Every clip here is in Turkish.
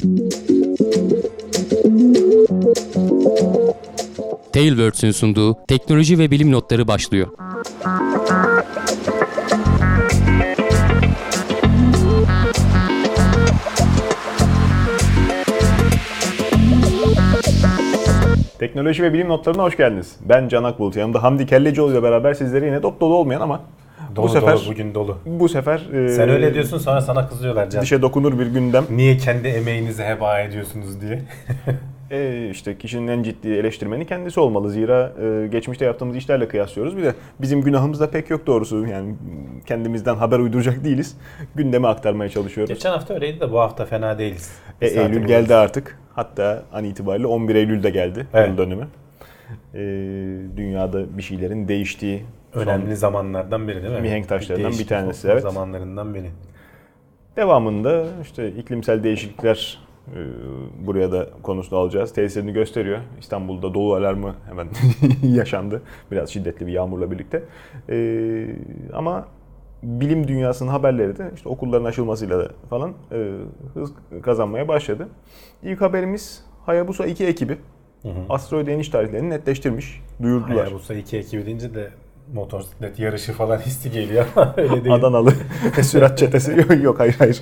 Tailwords'ün sunduğu teknoloji ve bilim notları başlıyor. Teknoloji ve bilim notlarına hoş geldiniz. Ben Can Akbulut. Yanımda Hamdi Kellecioğlu ile beraber sizlere yine dop dolu olmayan ama dolu, bu sefer bugün dolu. Bu sefer sen öyle diyorsun, sonra sana kızıyorlar Can. Dişe dokunur bir gündem. Niye kendi emeğinizi heba ediyorsunuz diye. İşte kişinin en ciddi eleştirmeni kendisi olmalı. Zira geçmişte yaptığımız işlerle kıyaslıyoruz. Bir de bizim günahımız da pek yok doğrusu. Yani kendimizden haber uyduracak değiliz. Gündemi aktarmaya çalışıyoruz. Geçen hafta öyleydi de bu hafta fena değiliz. Eylül geldi artık. Hatta an itibariyle 11 Eylül de geldi. Evet. Yıl dönümü. Dünyada bir şeylerin değiştiği önemli zamanlardan biri değil mi? Mihenk taşlarından bir tanesi. Evet. Zamanlarından biri. Devamında işte iklimsel değişiklikler buraya da konusunu alacağız. Tesirini gösteriyor. İstanbul'da dolu alarmı hemen yaşandı. Biraz şiddetli bir yağmurla birlikte. Ama bilim dünyasının haberleri de işte okulların açılmasıyla da falan hız kazanmaya başladı. İlk haberimiz Hayabusa 2 ekibi. Asteroid iniş tarihlerini netleştirmiş, duyurdular. Hayabusa 2 ekibi deyince de motosiklet yarışı falan hissi geliyor ama öyle değil. Adanalı sürat çetesi. Yok hayır.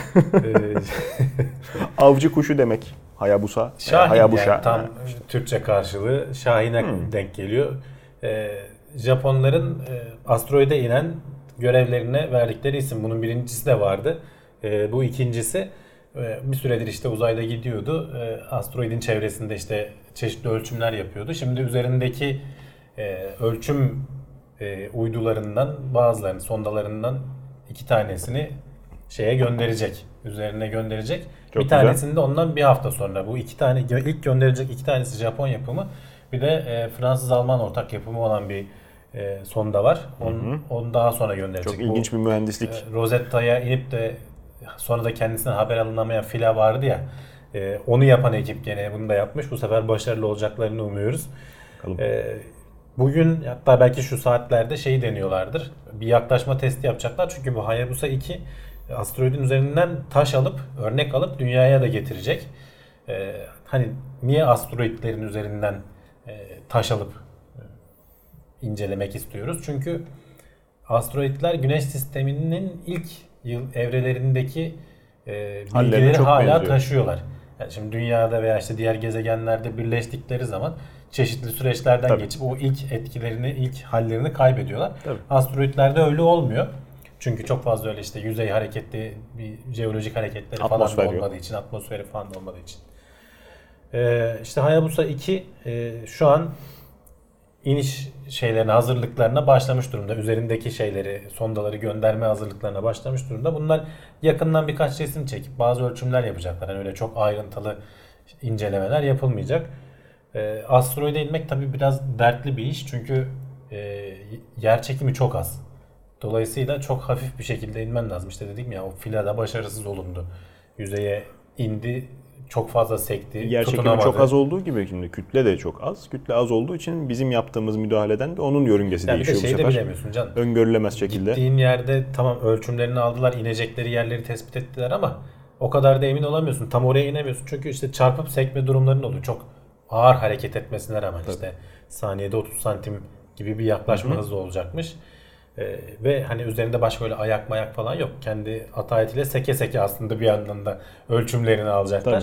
Avcı kuşu demek Hayabusa. Şahin Hayabusa. yani tam Türkçe karşılığı Şahin'e denk geliyor. Japonların asteroide inen görevlerine verdikleri isim. Bunun birincisi de vardı. Bu ikincisi bir süredir işte uzayda gidiyordu. Asteroidin çevresinde işte çeşitli ölçümler yapıyordu. Şimdi üzerindeki ölçüm uydularından bazılarını, sondalarından 2 tanesini üzerine gönderecek. Çok bir tanesini de ondan bir hafta sonra. Bu 2 tane ilk gönderecek 2 tanesi Japon yapımı. Bir de Fransız-Alman ortak yapımı olan bir sonda var. Onu daha sonra gönderecek. Çok ilginç bir mühendislik. Rosetta'ya inip de sonra da kendisinden haber alınamayan fila vardı ya. Onu yapan ekip gene bunu da yapmış. Bu sefer başarılı olacaklarını umuyoruz. Bugün hatta belki şu saatlerde şeyi deniyorlardır. Bir yaklaşma testi yapacaklar. Çünkü bu Hayabusa 2 asteroidin üzerinden taş alıp, örnek alıp dünyaya da getirecek. Hani niye asteroidlerin üzerinden taş alıp incelemek istiyoruz? Çünkü asteroidler Güneş sisteminin ilk evrelerindeki bilgileri hala benziyor. Taşıyorlar. Yani şimdi dünyada veya işte diğer gezegenlerde birleştikleri zaman çeşitli süreçlerden geçip o ilk etkilerini, ilk hallerini kaybediyorlar. Asteroidlerde öyle olmuyor. Çünkü çok fazla öyle işte yüzey hareketli, bir jeolojik hareketleri falan da olmadığı için, atmosferi falan da olmadığı için. İşte Hayabusa 2 şu an iniş hazırlıklarına başlamış durumda. Üzerindeki sondaları gönderme hazırlıklarına başlamış durumda. Bunlar yakından birkaç resim çekip bazı ölçümler yapacaklar. Yani öyle çok ayrıntılı incelemeler yapılmayacak. Asteroide inmek tabii biraz dertli bir iş. Çünkü yer çekimi çok az. Dolayısıyla çok hafif bir şekilde inmen lazım. İşte dedim ya o filada başarısız olundu. Yüzeye indi. Çok fazla sekti, yer çekimi çok az olduğu gibi şimdi kütle de çok az. Kütle az olduğu için bizim yaptığımız müdahaleden de onun yörüngesi değişiyor bu sefer. De bilemiyorsun Can. Öngörülemez şekilde. Gittiğin yerde tamam ölçümlerini aldılar, inecekleri yerleri tespit ettiler ama o kadar da emin olamıyorsun. Tam oraya inemiyorsun. Çünkü işte çarpıp sekme durumların oluyor. Çok ağır hareket etmesine rağmen işte saniyede 30 santim gibi bir yaklaşma hızı olacakmış. Ve hani üzerinde başka öyle ayak mayak falan yok. Kendi atayetiyle seke seke aslında bir yandan da ölçümlerini alacaklar.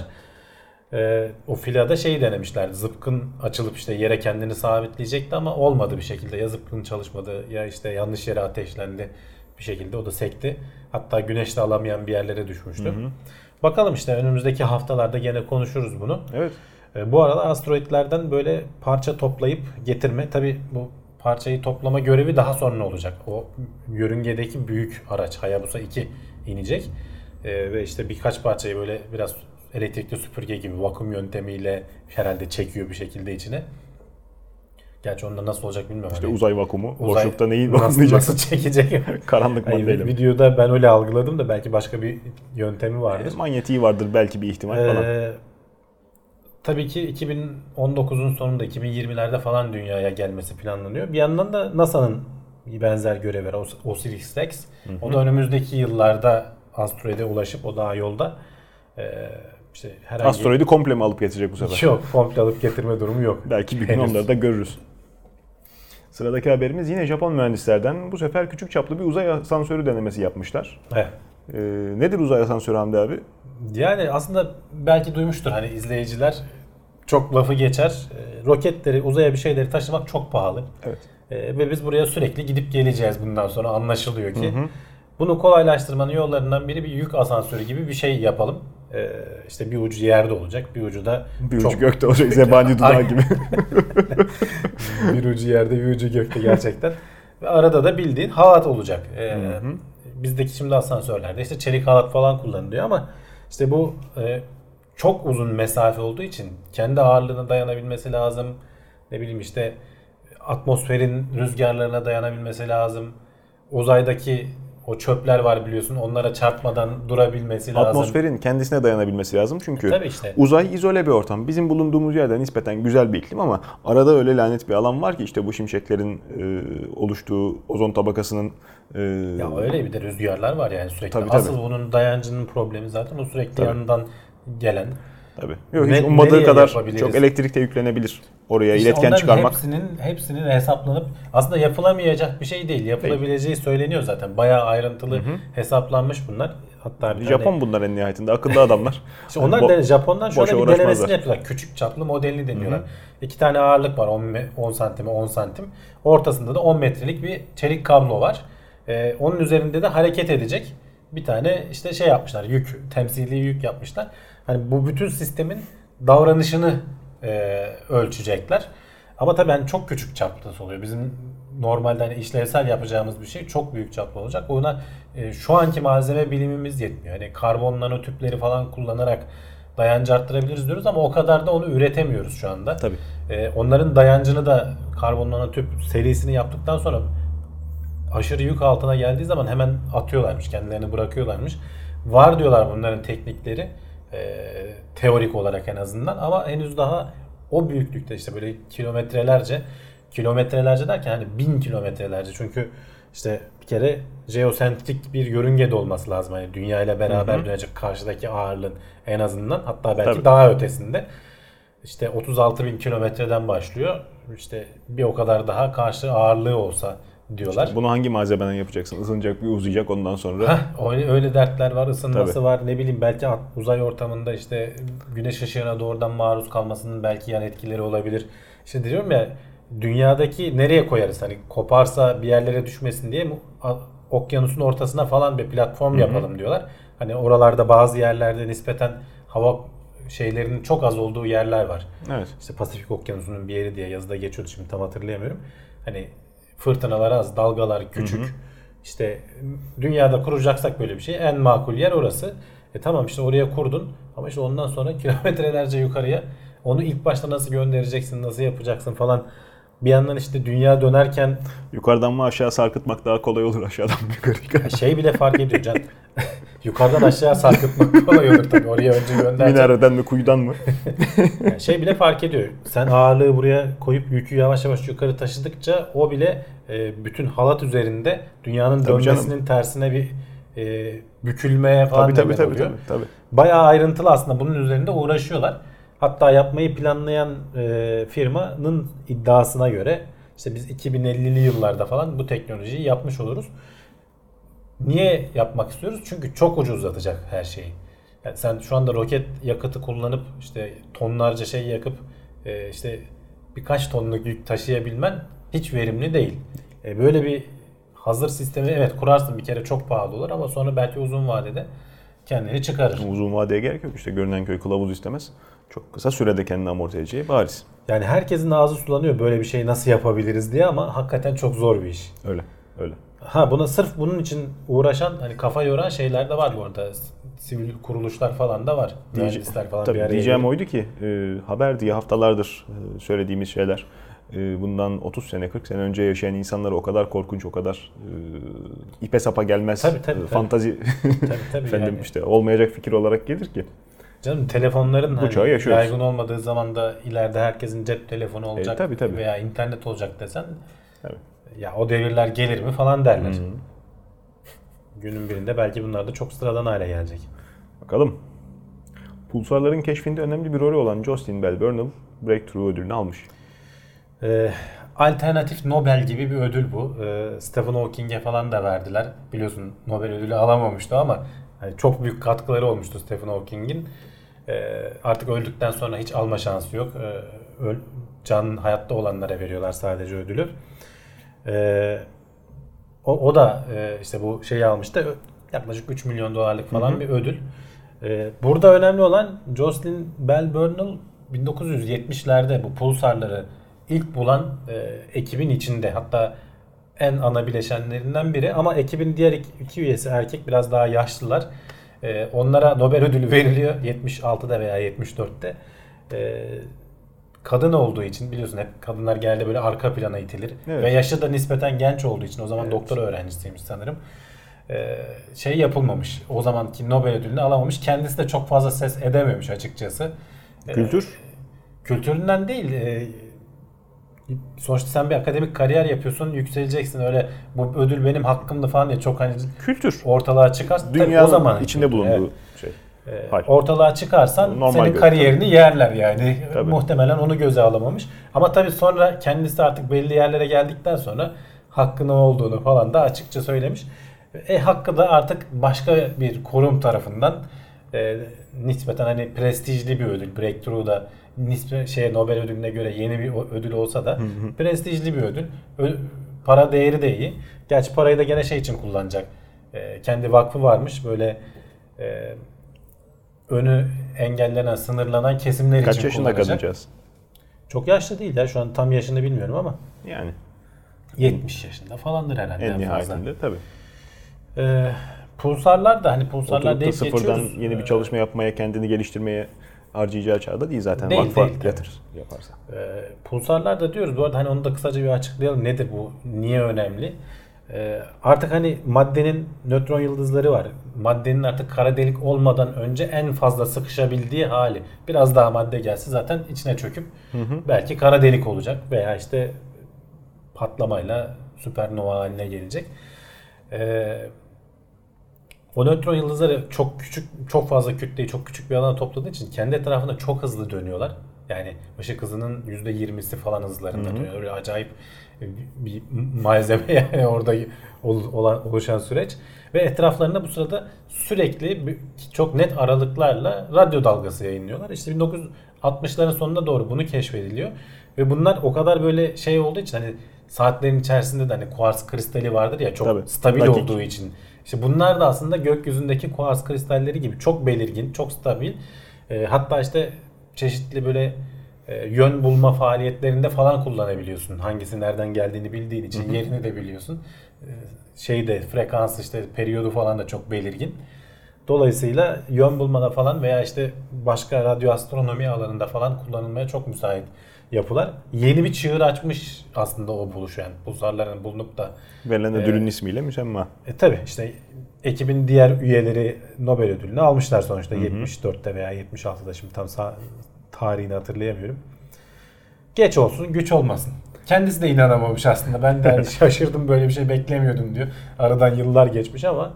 O filada denemişlerdi. Zıpkın açılıp işte yere kendini sabitleyecekti ama olmadı bir şekilde. Ya zıpkın çalışmadı ya işte yanlış yere ateşlendi bir şekilde. O da sekti. Hatta güneşte alamayan bir yerlere düşmüştü. Bakalım işte önümüzdeki haftalarda gene konuşuruz bunu. Evet. Bu arada asteroidlerden böyle parça toplayıp getirme. Tabii bu parçayı toplama görevi daha sonra olacak. O yörüngedeki büyük araç Hayabusa 2 inecek. Ve işte birkaç parçayı böyle biraz elektrikli süpürge gibi vakum yöntemiyle herhalde çekiyor bir şekilde içine. Gerçi onda nasıl olacak bilmiyorum. İşte uzay vakumu. Boşlukta neyi vakumlayacaksın? Nasıl çekecek? Karanlık maddeyle. Videoda ben öyle algıladım da belki başka bir yöntemi vardır. Manyetiği vardır belki bir ihtimal falan. Tabii ki 2019'un sonunda 2020'lerde falan dünyaya gelmesi planlanıyor. Bir yandan da NASA'nın bir benzer görevi var. OSIRIS-REx. O da önümüzdeki yıllarda asteroide ulaşıp o daha yolda işte herhangi Asteroidi komple mi alıp getirecek bu sefer? yok, komple alıp getirme durumu yok. Belki bir gün Henüz. onları da görürüz. Sıradaki haberimiz yine Japon mühendislerden. Bu sefer küçük çaplı bir uzay asansörü denemesi yapmışlar. Evet. Nedir uzay asansörü Hamdi abi? Yani aslında belki duymuştur hani izleyiciler, çok lafı geçer. Roketleri, uzaya bir şeyleri taşımak çok pahalı. Evet. Ve biz buraya sürekli gidip geleceğiz bundan sonra, anlaşılıyor ki. Bunu kolaylaştırmanın yollarından biri bir yük asansörü gibi bir şey yapalım. İşte bir ucu yerde olacak, bir ucu da Bir ucu gökte olacak, zebani dudağı gibi. bir ucu yerde, bir ucu gökte gerçekten. Ve arada da bildiğin halat olacak. Bizdeki şimdi asansörlerde işte çelik halat falan kullanılıyor ama işte bu çok uzun mesafe olduğu için kendi ağırlığına dayanabilmesi lazım. Ne bileyim işte atmosferin rüzgarlarına dayanabilmesi lazım. Uzaydaki o çöpler var biliyorsun, onlara çarpmadan durabilmesi lazım. Atmosferin kendisine dayanabilmesi lazım çünkü Tabii işte. uzay izole bir ortam. Bizim bulunduğumuz yerden nispeten güzel bir iklim ama arada öyle lanet bir alan var ki işte bu şimşeklerin oluştuğu ozon tabakasının Ya öyle bir de rüzgarlar var yani sürekli. Tabii, Asıl tabii. bunun dayancının problemi zaten o sürekli Tabii. yanından gelen. Tabii. Yok, hiç ummadığı Nereye kadar yapabiliriz? çok elektrik de yüklenebilir. Oraya İşte iletken onların çıkarmak. hepsinin hesaplanıp aslında yapılamayacak bir şey değil. Yapılabileceği söyleniyor zaten. Bayağı ayrıntılı hesaplanmış bunlar. Hatta bir Japon tane, bunlar en nihayetinde. Akıllı adamlar. işte onlar da Japon'dan şöyle boşa bir uğraşmazlar. denemesini yapıyorlar. Küçük çaplı modelini deniyorlar. 2 tane ağırlık var, 10 santime 10 santim. Ortasında da 10 metrelik bir çelik kablo var. Onun üzerinde de hareket edecek bir tane işte şey yapmışlar. Temsili yük yapmışlar. Hani bu bütün sistemin davranışını ölçecekler. Ama tabii yani çok küçük çaplı oluyor. Bizim normalde hani işlevsel yapacağımız bir şey çok büyük çaplı olacak. Ona şu anki malzeme bilimimiz yetmiyor. Hani karbon nanotüpleri falan kullanarak dayancı arttırabiliriz diyoruz ama o kadar da onu üretemiyoruz şu anda. Tabii. Onların dayancını da karbon nanotüp serisini yaptıktan sonra aşırı yük altına geldiği zaman hemen atıyorlarmış, kendilerini bırakıyorlarmış. Var diyorlar bunların teknikleri. Teorik olarak en azından ama henüz daha o büyüklükte işte böyle kilometrelerce derken hani 1000 kilometrelerce, çünkü işte bir kere jeosentrik bir yörüngede olması lazım. Hani dünya ile beraber dönecek karşıdaki ağırlığın en azından, hatta belki Tabii. daha ötesinde. İşte 36.000 kilometreden başlıyor. İşte bir o kadar daha karşı ağırlığı olsa diyorlar. Bunu hangi malzemeden yapacaksın? Isınacak, bir uzayacak ondan sonra. Öyle dertler var, ısınması Tabii. var, ne bileyim belki uzay ortamında işte güneş ışığına doğrudan maruz kalmasının belki yan etkileri olabilir. İşte diyorum ya, dünyadaki nereye koyarız, hani koparsa bir yerlere düşmesin diye okyanusun ortasına falan bir platform yapalım diyorlar. Hani oralarda bazı yerlerde nispeten hava şeylerinin çok az olduğu yerler var. Evet. İşte Pasifik Okyanusu'nun bir yeri diye yazıda geçiyordu, şimdi tam hatırlayamıyorum. Hani fırtınalar az, dalgalar küçük. İşte dünyada kuracaksak böyle bir şey, en makul yer orası. Tamam işte oraya kurdun ama işte ondan sonra kilometrelerce yukarıya onu ilk başta nasıl göndereceksin, nasıl yapacaksın falan. Bir yandan işte dünya dönerken Yukarıdan mı aşağı sarkıtmak daha kolay olur, aşağıdan mı yukarı? şey bile fark ediyor Can. Yukarıdan aşağı sarkıtmak kolay olur tabii. Oraya önce göndereceksin. Minareden mi, kuyudan mı? Yani şey bile fark ediyor. Sen ağırlığı buraya koyup yükü yavaş yavaş yukarı taşıdıkça o bile bütün halat üzerinde dünyanın Tabii dönmesinin canım. tersine bir bükülmeye falan Tabii. neden oluyor. Tabii. Bayağı ayrıntılı aslında, bunun üzerinde uğraşıyorlar. Hatta yapmayı planlayan firmanın iddiasına göre işte biz 2050'li yıllarda falan bu teknolojiyi yapmış oluruz. Niye yapmak istiyoruz? Çünkü çok ucuzlatacak her şeyi. Yani sen şu anda roket yakıtı kullanıp işte tonlarca şey yakıp işte birkaç tonluk yük taşıyabilmen hiç verimli değil. Böyle bir hazır sistemi evet kurarsın, bir kere çok pahalı olur ama sonra belki uzun vadede kendini çıkarır. Uzun vadeye gerek yok. İşte görünen köy kılavuz istemez. Çok kısa sürede kendini amorti edeceği bariz. Yani herkesin ağzı sulanıyor böyle bir şey nasıl yapabiliriz diye ama hakikaten çok zor bir iş. Öyle. Buna sırf bunun için uğraşan, hani kafa yoran şeyler de var bu arada. Sivil kuruluşlar falan da var. Mühendisler falan Tabii bir araya diyeceğim geliyor. oydu ki haber diye haftalardır söylediğimiz şeyler. Bundan 30 sene 40 sene önce yaşayan insanlara o kadar korkunç, o kadar ipe sapa gelmez. Tabii. Fantazi Tabii efendim yani. işte olmayacak fikir olarak gelir ki. Canım telefonların Bu çağı hani yaşıyoruz. yaygın olmadığı zaman da ileride herkesin cep telefonu olacak Tabii. veya internet olacak desen Evet. ya o devirler gelir mi falan derler. Günün birinde belki bunlar da çok sıradan hale gelecek. Bakalım. Pulsarların keşfinde önemli bir rolü olan Jocelyn Bell Burnell Breakthrough ödülünü almış. Alternatif Nobel gibi bir ödül bu. Stephen Hawking'e falan da verdiler. Biliyorsun Nobel ödülü alamamıştı ama yani çok büyük katkıları olmuştu Stephen Hawking'in. Artık öldükten sonra hiç alma şansı yok. Hayatta olanlara veriyorlar sadece ödülü. O da işte bu şeyi almıştı. Yaklaşık 3 milyon dolarlık falan bir ödül. Burada önemli olan Jocelyn Bell Burnell 1970'lerde bu pulsarları ilk bulan ekibin içinde. Hatta en ana bileşenlerinden biri ama ekibin diğer iki üyesi erkek, biraz daha yaşlılar. Onlara Nobel ödülü veriliyor 76'da veya 74'te. Kadın olduğu için, biliyorsun hep kadınlar genelde böyle arka plana itilir. Evet. Ve yaşı da nispeten genç olduğu için, o zaman doktora öğrencisiymiş sanırım. Şey yapılmamış. O zamanki Nobel ödülünü alamamış. Kendisi de çok fazla ses edememiş açıkçası. Kültüründen değil. Sonuçta sen bir akademik kariyer yapıyorsun, yükseleceksin, öyle bu ödül benim hakkımdı falan diye çok hani kültür ortalığa çıkarsın. Dünyanın o zaman içinde bulunduğu şey. Ortalığa çıkarsan normal senin kariyerini yerler yani. Tabii. Muhtemelen onu göze alamamış. Ama tabii sonra kendisi artık belli yerlere geldikten sonra hakkının olduğunu falan da açıkça söylemiş. Hakkı da artık başka bir kurum tarafından nispeten hani prestijli bir ödül. Breakthrough'da Nobel ödülüne göre yeni bir ödül olsa da prestijli bir ödül. Para değeri de iyi. Gerçi parayı da gene şey için kullanacak. Kendi vakfı varmış. Böyle önü engellenen, sınırlanan kesimler için kullanacak. Kaç yaşında kadıncağız? Çok yaşlı değil ya. Şu an tam yaşını bilmiyorum ama. Yani 70 yaşında falandır herhalde. En nihayetinde tabii. Pulsarlar da hani pulsarlar deyip sıfırdan geçiyoruz. Yeni bir çalışma yapmaya, kendini geliştirmeye harcayacağı çağda değil zaten. Değil, Vakfa değil, yatır yaparsa. Pulsarlar da diyoruz. Bu arada hani onu da kısaca bir açıklayalım. Nedir bu? Niye önemli? Artık hani maddenin nötron yıldızları var. Maddenin artık kara delik olmadan önce en fazla sıkışabildiği hali. Biraz daha madde gelse zaten içine çöküp belki kara delik olacak veya işte patlamayla süpernova haline gelecek. O nötron yıldızları çok küçük, çok fazla kütleyi çok küçük bir alana topladığı için kendi etrafında çok hızlı dönüyorlar. Yani ışık hızının %20'si falan hızlarında dönüyor. Öyle acayip bir malzeme yani orada oluşan süreç. Ve etraflarında bu sırada sürekli çok net aralıklarla radyo dalgası yayınlıyorlar. İşte 1960'ların sonuna doğru bunu keşfediliyor. Ve bunlar o kadar böyle şey olduğu için, hani saatlerin içerisinde de hani kuars kristali vardır ya, çok tabii, stabil dakik olduğu için. İşte bunlar da aslında gökyüzündeki kuars kristalleri gibi çok belirgin, çok stabil. Hatta işte çeşitli böyle yön bulma faaliyetlerinde falan kullanabiliyorsun. Hangisi nereden geldiğini bildiğin için yerini de biliyorsun. Frekansı, işte periyodu falan da çok belirgin. Dolayısıyla yön bulmada falan veya işte başka radyoastronomi alanında falan kullanılmaya çok müsait yapılar. Yeni bir çığır açmış aslında o buluş, yani pulsarların bulunup da verilen ödülün ismiyle müsemma. Tabii işte ekibin diğer üyeleri Nobel ödülünü almışlar sonuçta 74'te veya 76'da, şimdi tam tarihini hatırlayamıyorum. Geç olsun güç olmasın. Kendisi de inanamamış aslında. Ben de hani şaşırdım, böyle bir şey beklemiyordum diyor. Aradan yıllar geçmiş ama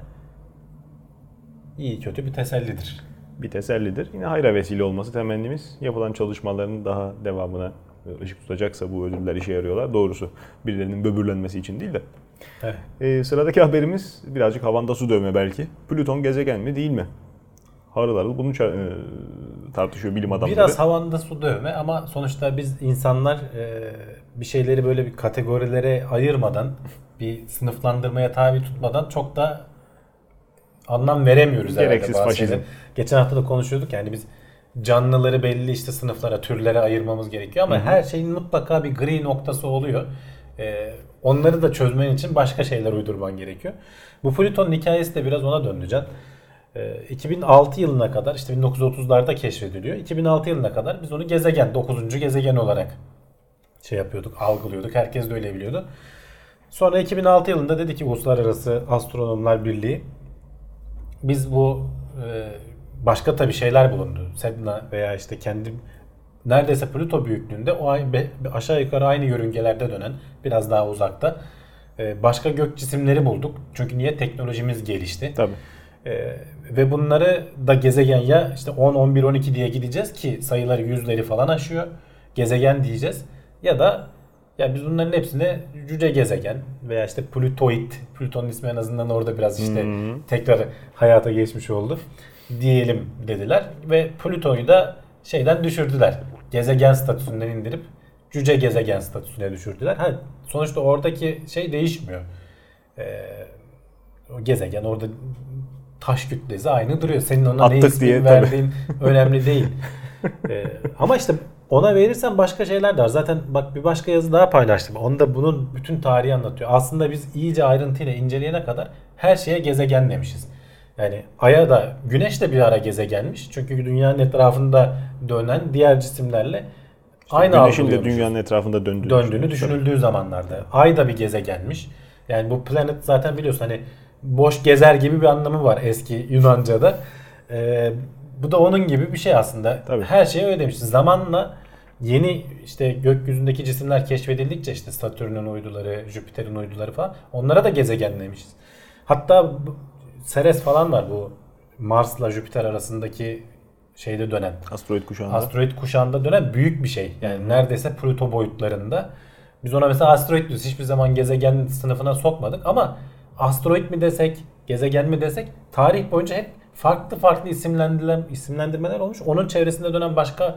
iyi kötü bir tesellidir. Bir tesellidir. Yine hayra vesile olması temennimiz. Yapılan çalışmaların daha devamına ışık tutacaksa bu ödüller işe yarıyorlar. Doğrusu birilerinin böbürlenmesi için değil de. Evet. Sıradaki haberimiz birazcık havanda su dövme belki. Plüton gezegen mi değil mi? Harıl harıl bunu tartışıyor bilim adamları. Biraz havanda su dövme ama sonuçta biz insanlar bir şeyleri böyle bir kategorilere ayırmadan, bir sınıflandırmaya tabi tutmadan çok da anlam veremiyoruz. Gereksiz faşizm. Geçen hafta da konuşuyorduk, yani biz canlıları belli işte sınıflara, türlere ayırmamız gerekiyor ama her şeyin mutlaka bir gri noktası oluyor. Onları da çözmen için başka şeyler uydurman gerekiyor. Bu Plüton'un hikayesi de biraz ona döndü Can. 2006 yılına kadar, işte 1930'larda keşfediliyor. 2006 yılına kadar biz onu gezegen, 9. gezegen olarak algılıyorduk. Herkes de öyle biliyordu. Sonra 2006 yılında dedi ki Uluslararası Astronomlar Birliği, biz bu başka tabii şeyler bulundu. Sedna veya işte kendi neredeyse Plüto büyüklüğünde o aşağı yukarı aynı yörüngelerde dönen, biraz daha uzakta başka gök cisimleri bulduk. Çünkü niye? Teknolojimiz gelişti. Tabii. Ve bunları da gezegen ya işte 10, 11, 12 diye gideceğiz ki sayıları yüzleri falan aşıyor. Gezegen diyeceğiz. Ya da ya biz bunların hepsine cüce gezegen veya işte Plutoid. Plüton'un ismi en azından orada biraz işte tekrar hayata geçmiş oldu. Diyelim dediler ve Plüto'yu da şeyden düşürdüler. Gezegen statüsünden indirip cüce gezegen statüsüne düşürdüler. Sonuçta oradaki şey değişmiyor. O gezegen orada taş kütlesi aynı duruyor. Senin ona ne ismi verdiğin önemli değil. Ama işte ona verirsen başka şeyler de var. Zaten bak bir başka yazı daha paylaştım. Onda bunun bütün tarihi anlatıyor. Aslında biz iyice ayrıntıyla inceleyene kadar her şeye gezegen demişiz. Yani Ay'a da Güneş de bir ara gezegenmiş. Çünkü dünyanın etrafında dönen diğer cisimlerle işte aynı Güneş'in de dünyanın etrafında döndüğünü düşünüldüğü zamanlarda. Ay da bir gezegenmiş. Yani bu planet zaten biliyorsun hani boş gezer gibi bir anlamı var eski Yunanca'da. Bu da onun gibi bir şey aslında. Tabii. Her şeye öyle demiş. Zamanla yeni işte gökyüzündeki cisimler keşfedildikçe işte Satürn'ün uyduları, Jüpiter'in uyduları falan onlara da gezegen demişiz. Hatta Ceres falan var bu Mars'la Jüpiter arasındaki şeyde dönen. Asteroid kuşağında dönen büyük bir şey. Yani neredeyse Plüto boyutlarında. Biz ona mesela asteroid diyoruz. Hiçbir zaman gezegen sınıfına sokmadık ama asteroid mi desek, gezegen mi desek tarih boyunca hep farklı isimlendirmeler olmuş. Onun çevresinde dönen başka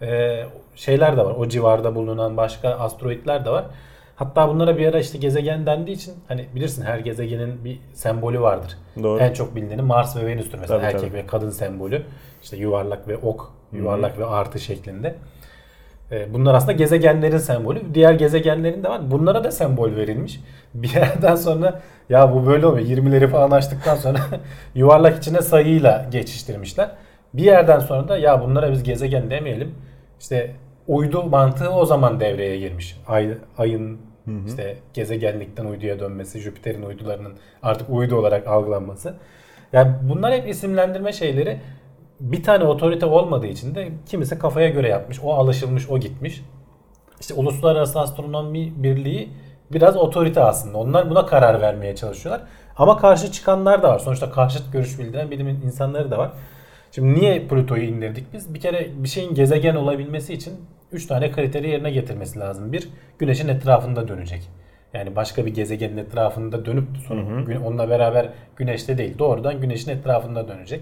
şeyler de var. O civarda bulunan başka asteroidler de var. Hatta bunlara bir ara işte gezegen dendiği için hani bilirsin her gezegenin bir sembolü vardır. Doğru. En çok bilineni Mars ve Venüs'tür mesela tabii, erkek ve kadın sembolü. İşte yuvarlak ve ok, yuvarlak ve artı şeklinde. Bunlar aslında gezegenlerin sembolü. Diğer gezegenlerin de var. Bunlara da sembol verilmiş. Bir yerden sonra ya bu böyle olmuyor. 20'leri falan açtıktan sonra yuvarlak içine sayıyla geçiştirmişler. Bir yerden sonra da ya bunlara biz gezegen demeyelim. İşte uydu mantığı o zaman devreye girmiş. Ayın işte gezegenlikten uyduya dönmesi, Jüpiter'in uydularının artık uydu olarak algılanması. Yani bunlar hep isimlendirme şeyleri. Bir tane otorite olmadığı için de kimisi kafaya göre yapmış. O alışılmış, o gitmiş. İşte Uluslararası Astronomi Birliği biraz otorite aslında. Onlar buna karar vermeye çalışıyorlar. Ama karşı çıkanlar da var. Sonuçta karşıt görüş bildiren bilim insanları da var. Şimdi niye Plüto'yu indirdik biz? Bir kere bir şeyin gezegen olabilmesi için 3 tane kriteri yerine getirmesi lazım. Bir, Güneş'in etrafında dönecek. Yani başka bir gezegenin etrafında dönüp sonra onunla beraber Güneş'te değil. Doğrudan Güneş'in etrafında dönecek.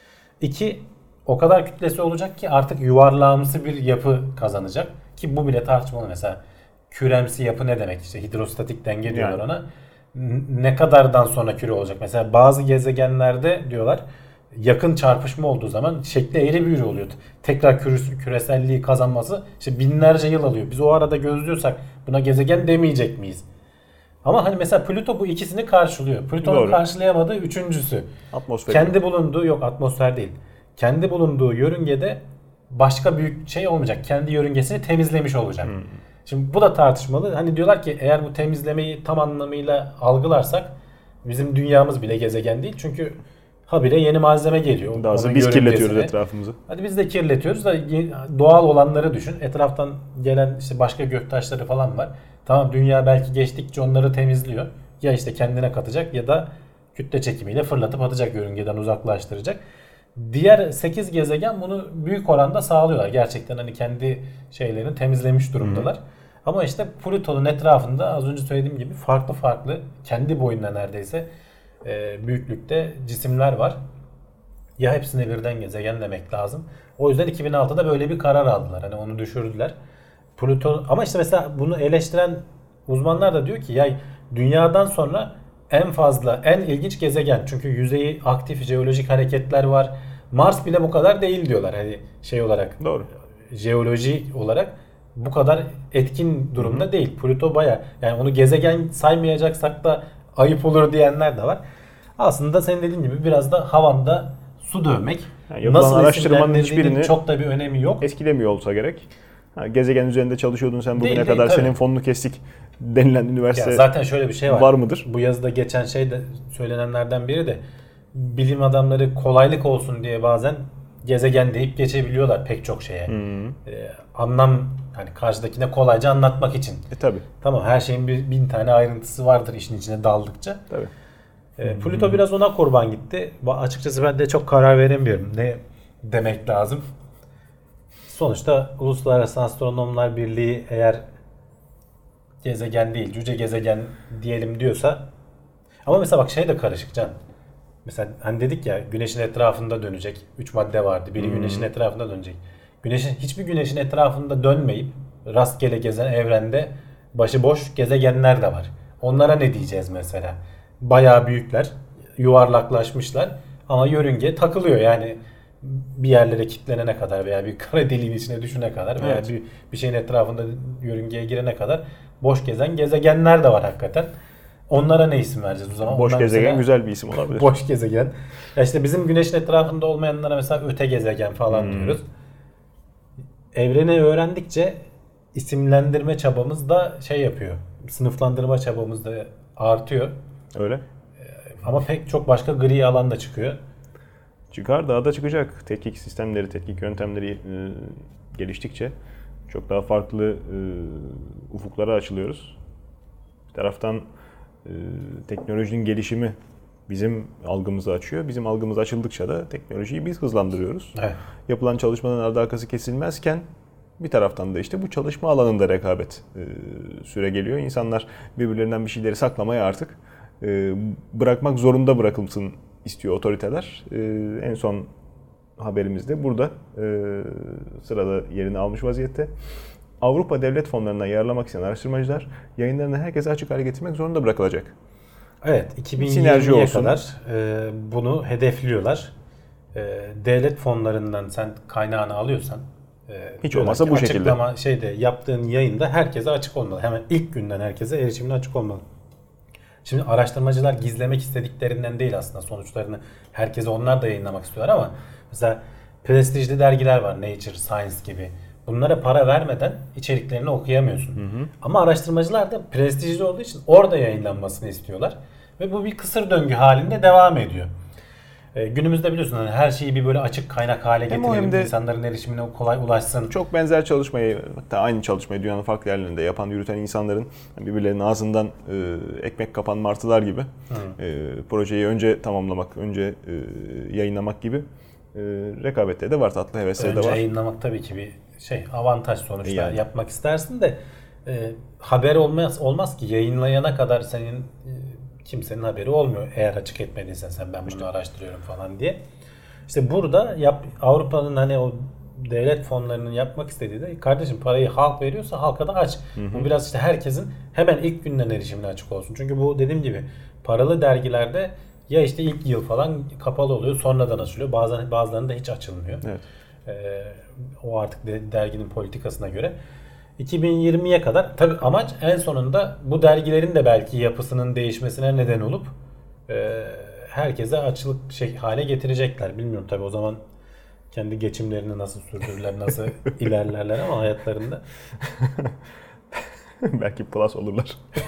2, o kadar kütlesi olacak ki artık yuvarlağımsı bir yapı kazanacak. Ki bu bile tartışmalı mesela. Küremsi yapı ne demek? İşte hidrostatik denge diyorlar ona. Ne kadardan sonra küre olacak? Mesela bazı gezegenlerde diyorlar yakın çarpışma olduğu zaman şekli eğri büğrü oluyor. Tekrar küreselliği kazanması işte binlerce yıl alıyor. Biz o arada gözlüyorsak buna gezegen demeyecek miyiz? Ama hani mesela Plüto bu ikisini karşılıyor. Plüton'un karşılayamadığı üçüncüsü. Atmosfer. Kendi bulunduğu yok atmosfer değil. Kendi bulunduğu yörüngede başka büyük şey olmayacak. Kendi yörüngesini temizlemiş olacak. Şimdi bu da tartışmalı. Hani diyorlar ki eğer bu temizlemeyi tam anlamıyla algılarsak bizim dünyamız bile gezegen değil. Çünkü habire yeni malzeme geliyor. Daha biz kirletiyoruz etrafımızı. Hadi biz de kirletiyoruz da doğal olanları düşün. Etraftan gelen işte başka göktaşları falan var. Tamam dünya belki geçtikçe onları temizliyor. Ya işte kendine katacak ya da kütle çekimiyle fırlatıp atacak, yörüngeden uzaklaştıracak. Diğer 8 gezegen bunu büyük oranda sağlıyorlar. Gerçekten hani kendi şeylerini temizlemiş durumdalar. Ama işte Plüton'un etrafında az önce söylediğim gibi farklı kendi boyunda neredeyse büyüklükte cisimler var. Ya hepsine birden gezegen demek lazım. O yüzden 2006'da böyle bir karar aldılar. Hani onu düşürdüler. Plüton ama işte mesela bunu eleştiren uzmanlar da diyor ki ya dünyadan sonra en ilginç gezegen. Çünkü yüzeyi aktif jeolojik hareketler var. Mars bile bu kadar değil diyorlar. Hani şey olarak. Doğru. Jeoloji olarak bu kadar etkin durumda değil. Plüto baya yani onu gezegen saymayacaksak da ayıp olur diyenler de var. Aslında senin dediğin gibi biraz da havanda su dövmek. Yani nasıl araştırmanın hiçbirini çok da bir önemi yok. Etkilemiyor olsa gerek. Gezegen üzerinde çalışıyordun sen bugüne değil, kadar tabii. Senin fonunu kestik denilen üniversite ya zaten şöyle bir şey var mıdır? Bu yazıda geçen şey de söylenenlerden biri de bilim adamları kolaylık olsun diye bazen gezegen deyip geçebiliyorlar pek çok şeye. Anlam hani karşıdakine kolayca anlatmak için. Tabii. Tamam her şeyin bin tane ayrıntısı vardır işin içine daldıkça. Tabii. Plüto biraz ona kurban gitti. Açıkçası ben de çok karar veremiyorum. Ne demek lazım? Sonuçta Uluslararası Astronomlar Birliği eğer gezegen değil, cüce gezegen diyelim diyorsa, ama mesela bak şey de karışık Can. Mesela hani dedik ya güneşin etrafında dönecek. 3 madde vardı. Biri güneşin etrafında dönecek. Hiçbir güneşin etrafında dönmeyip rastgele gezen evrende başıboş gezegenler de var. Onlara ne diyeceğiz mesela? Bayağı büyükler, yuvarlaklaşmışlar ama yörünge takılıyor. Yani bir yerlere kilitlenene kadar veya bir kara deliğin içine düşene kadar veya bir şeyin etrafında yörüngeye girene kadar boş gezen gezegenler de var hakikaten. Onlara ne isim vereceğiz o zaman? Boş Onlar gezegen mesela, güzel bir isim olabilir. boş gezegen. Ya işte bizim güneşin etrafında olmayanlara mesela öte gezegen falan diyoruz. Evreni öğrendikçe isimlendirme çabamız da şey yapıyor. Sınıflandırma çabamız da artıyor. Öyle. Ama pek çok başka gri alan da çıkıyor. Çıkar, daha da çıkacak. Tetkik sistemleri, tetkik yöntemleri geliştikçe çok daha farklı ufuklara açılıyoruz. Bir taraftan teknolojinin gelişimi bizim algımızı açıyor. Bizim algımız açıldıkça da teknolojiyi biz hızlandırıyoruz. Evet. Yapılan çalışmaların ardı arkası kesilmezken bir taraftan da işte bu çalışma alanında rekabet süre geliyor. İnsanlar birbirlerinden bir şeyleri saklamaya artık bırakmak zorunda bırakılsın istiyor otoriteler. En son haberimiz de burada sırada yerini almış vaziyette. Avrupa devlet fonlarından yararlanmak isteyen araştırmacılar yayınlarını herkese açık hale getirmek zorunda bırakılacak. Evet, Sinerji 2020'ye olsun. kadar bunu hedefliyorlar. Devlet fonlarından sen kaynağını alıyorsan Hiç diyorlar olmazsa ki bu şekilde. açıklama yaptığın yayında herkese açık olmalı. Hemen ilk günden herkese erişimine açık olmalı. Şimdi araştırmacılar gizlemek istediklerinden değil aslında sonuçlarını herkese onlar da yayınlamak istiyorlar ama mesela prestijli dergiler var, Nature, Science gibi. Bunlara para vermeden içeriklerini okuyamıyorsun. Ama araştırmacılar da prestijli olduğu için orada yayınlanmasını istiyorlar. Ve bu bir kısır döngü halinde devam ediyor. Günümüzde biliyorsun hani her şeyi bir böyle açık kaynak hale Hem o getirelim, hem de insanların erişimine kolay ulaşsın. Çok benzer çalışmayı, hatta aynı çalışmayı dünyanın farklı yerlerinde yapan, yürüten insanların birbirlerinin ağzından ekmek kapan martılar gibi projeyi önce tamamlamak, önce yayınlamak gibi rekabette de var, tatlı hevesleri de Önce var. yayınlamak tabii ki bir avantaj sonuçta Yani. yapmak istersin de haber olmaz ki yayınlayana kadar senin kimsenin haberi olmuyor eğer açık etmediysen sen ben bunu araştırıyorum falan diye. İşte burada Avrupa'nın hani o devlet fonlarının yapmak istediği de kardeşim parayı halk veriyorsa halka da aç. Bu biraz işte herkesin hemen ilk günden erişimine açık olsun. Çünkü bu dediğim gibi paralı dergilerde ya işte ilk yıl falan kapalı oluyor sonradan açılıyor. Bazılarında hiç açılmıyor. Evet. O artık derginin politikasına göre. 2020'ye kadar tabii amaç en sonunda bu dergilerin de belki yapısının değişmesine neden olup herkese açılık hale getirecekler. Bilmiyorum tabii o zaman kendi geçimlerini nasıl sürdürürler, nasıl ilerlerler ama hayatlarında. Belki plus olurlar.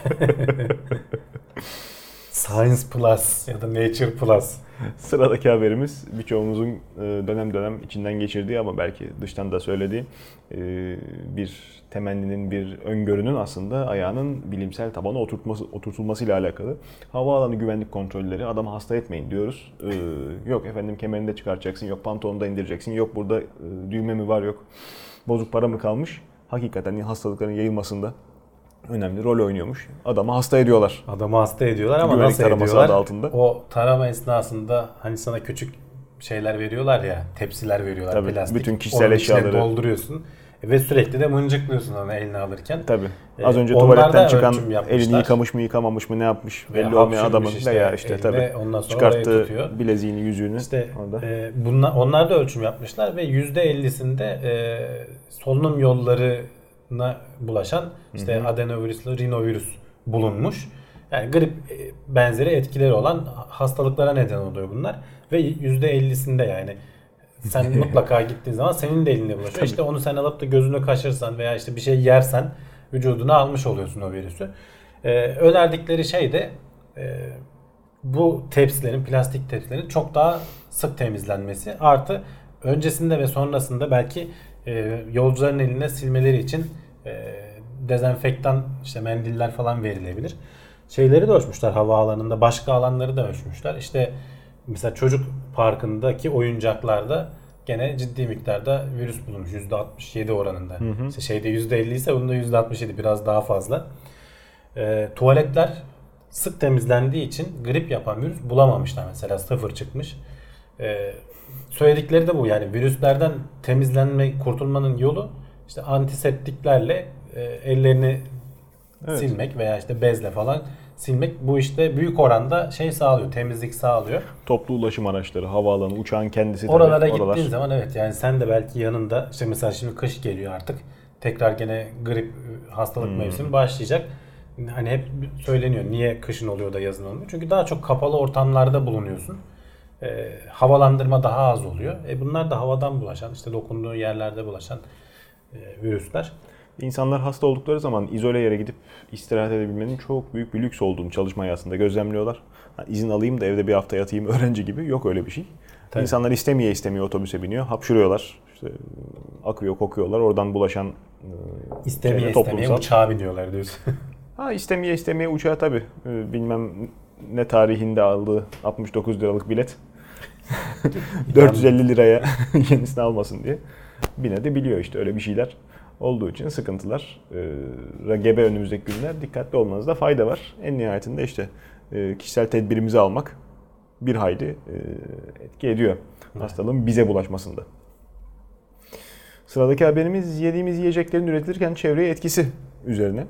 Science Plus ya da Nature Plus. Sıradaki haberimiz birçoğumuzun dönem dönem içinden geçirdiği ama belki dıştan da söylediği bir temenninin, bir öngörünün aslında ayağının bilimsel tabana oturtulmasıyla alakalı. Havaalanı güvenlik kontrolleri, adamı hasta etmeyin diyoruz. Yok efendim kemerini de çıkartacaksın, yok pantolonu da indireceksin, yok burada düğme mi var, yok bozuk para mı kalmış. Hakikaten hastalıkların yayılmasında önemli rol oynuyormuş. Adamı hasta ediyorlar. Adamı hasta ediyorlar ama Güvenlik nasıl taraması ediyorlar? adı altında. O tarama esnasında hani sana küçük şeyler veriyorlar ya, tepsiler veriyorlar Tabii, plastik. bütün kişisel Onun içine eşyaları dolduruyorsun. Ve sürekli de mıncıklıyorsun onu eline alırken. Tabii. Az önce Onlar tuvaletten da çıkan ölçüm yapmışlar. elini yıkamış mı yıkamamış mı ne yapmış Veya belli olmayan hapşırmış adamın işte veya işte eline, tabii ondan sonra oraya çıkarttığı tutuyor. bileziğini, yüzüğünü İşte orada. onlar da ölçüm yapmışlar ve %50'sinde solunum yollarına bulaşan işte adenovirüsle rinovirüs bulunmuş. Yani grip benzeri etkileri olan hastalıklara neden oluyor bunlar ve %50'sinde yani sen mutlaka gittiğin zaman senin de eline bulaşıyor. İşte onu sen alıp da gözünü kaşırsan veya işte bir şey yersen vücuduna almış oluyorsun o virüsü. Önerdikleri şey de bu tepsilerin, plastik tepsilerin çok daha sık temizlenmesi. Artı öncesinde ve sonrasında belki yolcuların eline silmeleri için dezenfektan işte mendiller falan verilebilir. şeyleri de ölçmüşler havaalanında. Başka alanları da ölçmüşler. İşte mesela çocuk parkındaki oyuncaklarda gene ciddi miktarda virüs bulunmuş. %67 oranında. İşte şeyde %50 ise bunda %67 biraz daha fazla. Tuvaletler sık temizlendiği için grip yapan virüs bulamamışlar mesela. 0 çıkmış. Söyledikleri de bu, yani virüslerden temizlenme, kurtulmanın yolu işte antiseptiklerle ellerini silmek veya işte bezle falan silmek. Bu işte büyük oranda şey sağlıyor, temizlik sağlıyor. Toplu ulaşım araçları, havaalanı, uçağın kendisi. Oralara gittiğin zaman evet, yani sen de belki yanında işte mesela şimdi kış geliyor artık. Tekrar gene grip hastalık mevsimi başlayacak. Hani hep söyleniyor niye kışın oluyor da yazın olmuyor. Çünkü daha çok kapalı ortamlarda bulunuyorsun. Havalandırma daha az oluyor. Bunlar da havadan bulaşan, işte dokunduğu yerlerde bulaşan virüsler. İnsanlar hasta oldukları zaman izole yere gidip istirahat edebilmenin çok büyük bir lüks olduğunu çalışma hayatında gözlemliyorlar. Yani izin alayım da evde bir hafta yatayım öğrenci gibi, yok öyle bir şey. Tabii. İnsanlar istemeye otobüse biniyor, hapşırıyorlar, işte akıyor, kokuyorlar, oradan bulaşan İstemeye toplumsal. uçağa biniyorlar diyorsun. İstemeye uçağa tabii. Bilmem ne tarihinde aldığı 69 liralık bilet 450 liraya yenisini almasın diye binebiliyor, işte öyle bir şeyler olduğu için sıkıntılar gebe önümüzdeki günler, dikkatli olmanızda fayda var. En nihayetinde işte kişisel tedbirimizi almak bir hayli etki ediyor hastalığın bize bulaşmasında. Sıradaki haberimiz yediğimiz yiyeceklerin üretilirken çevreye etkisi üzerine.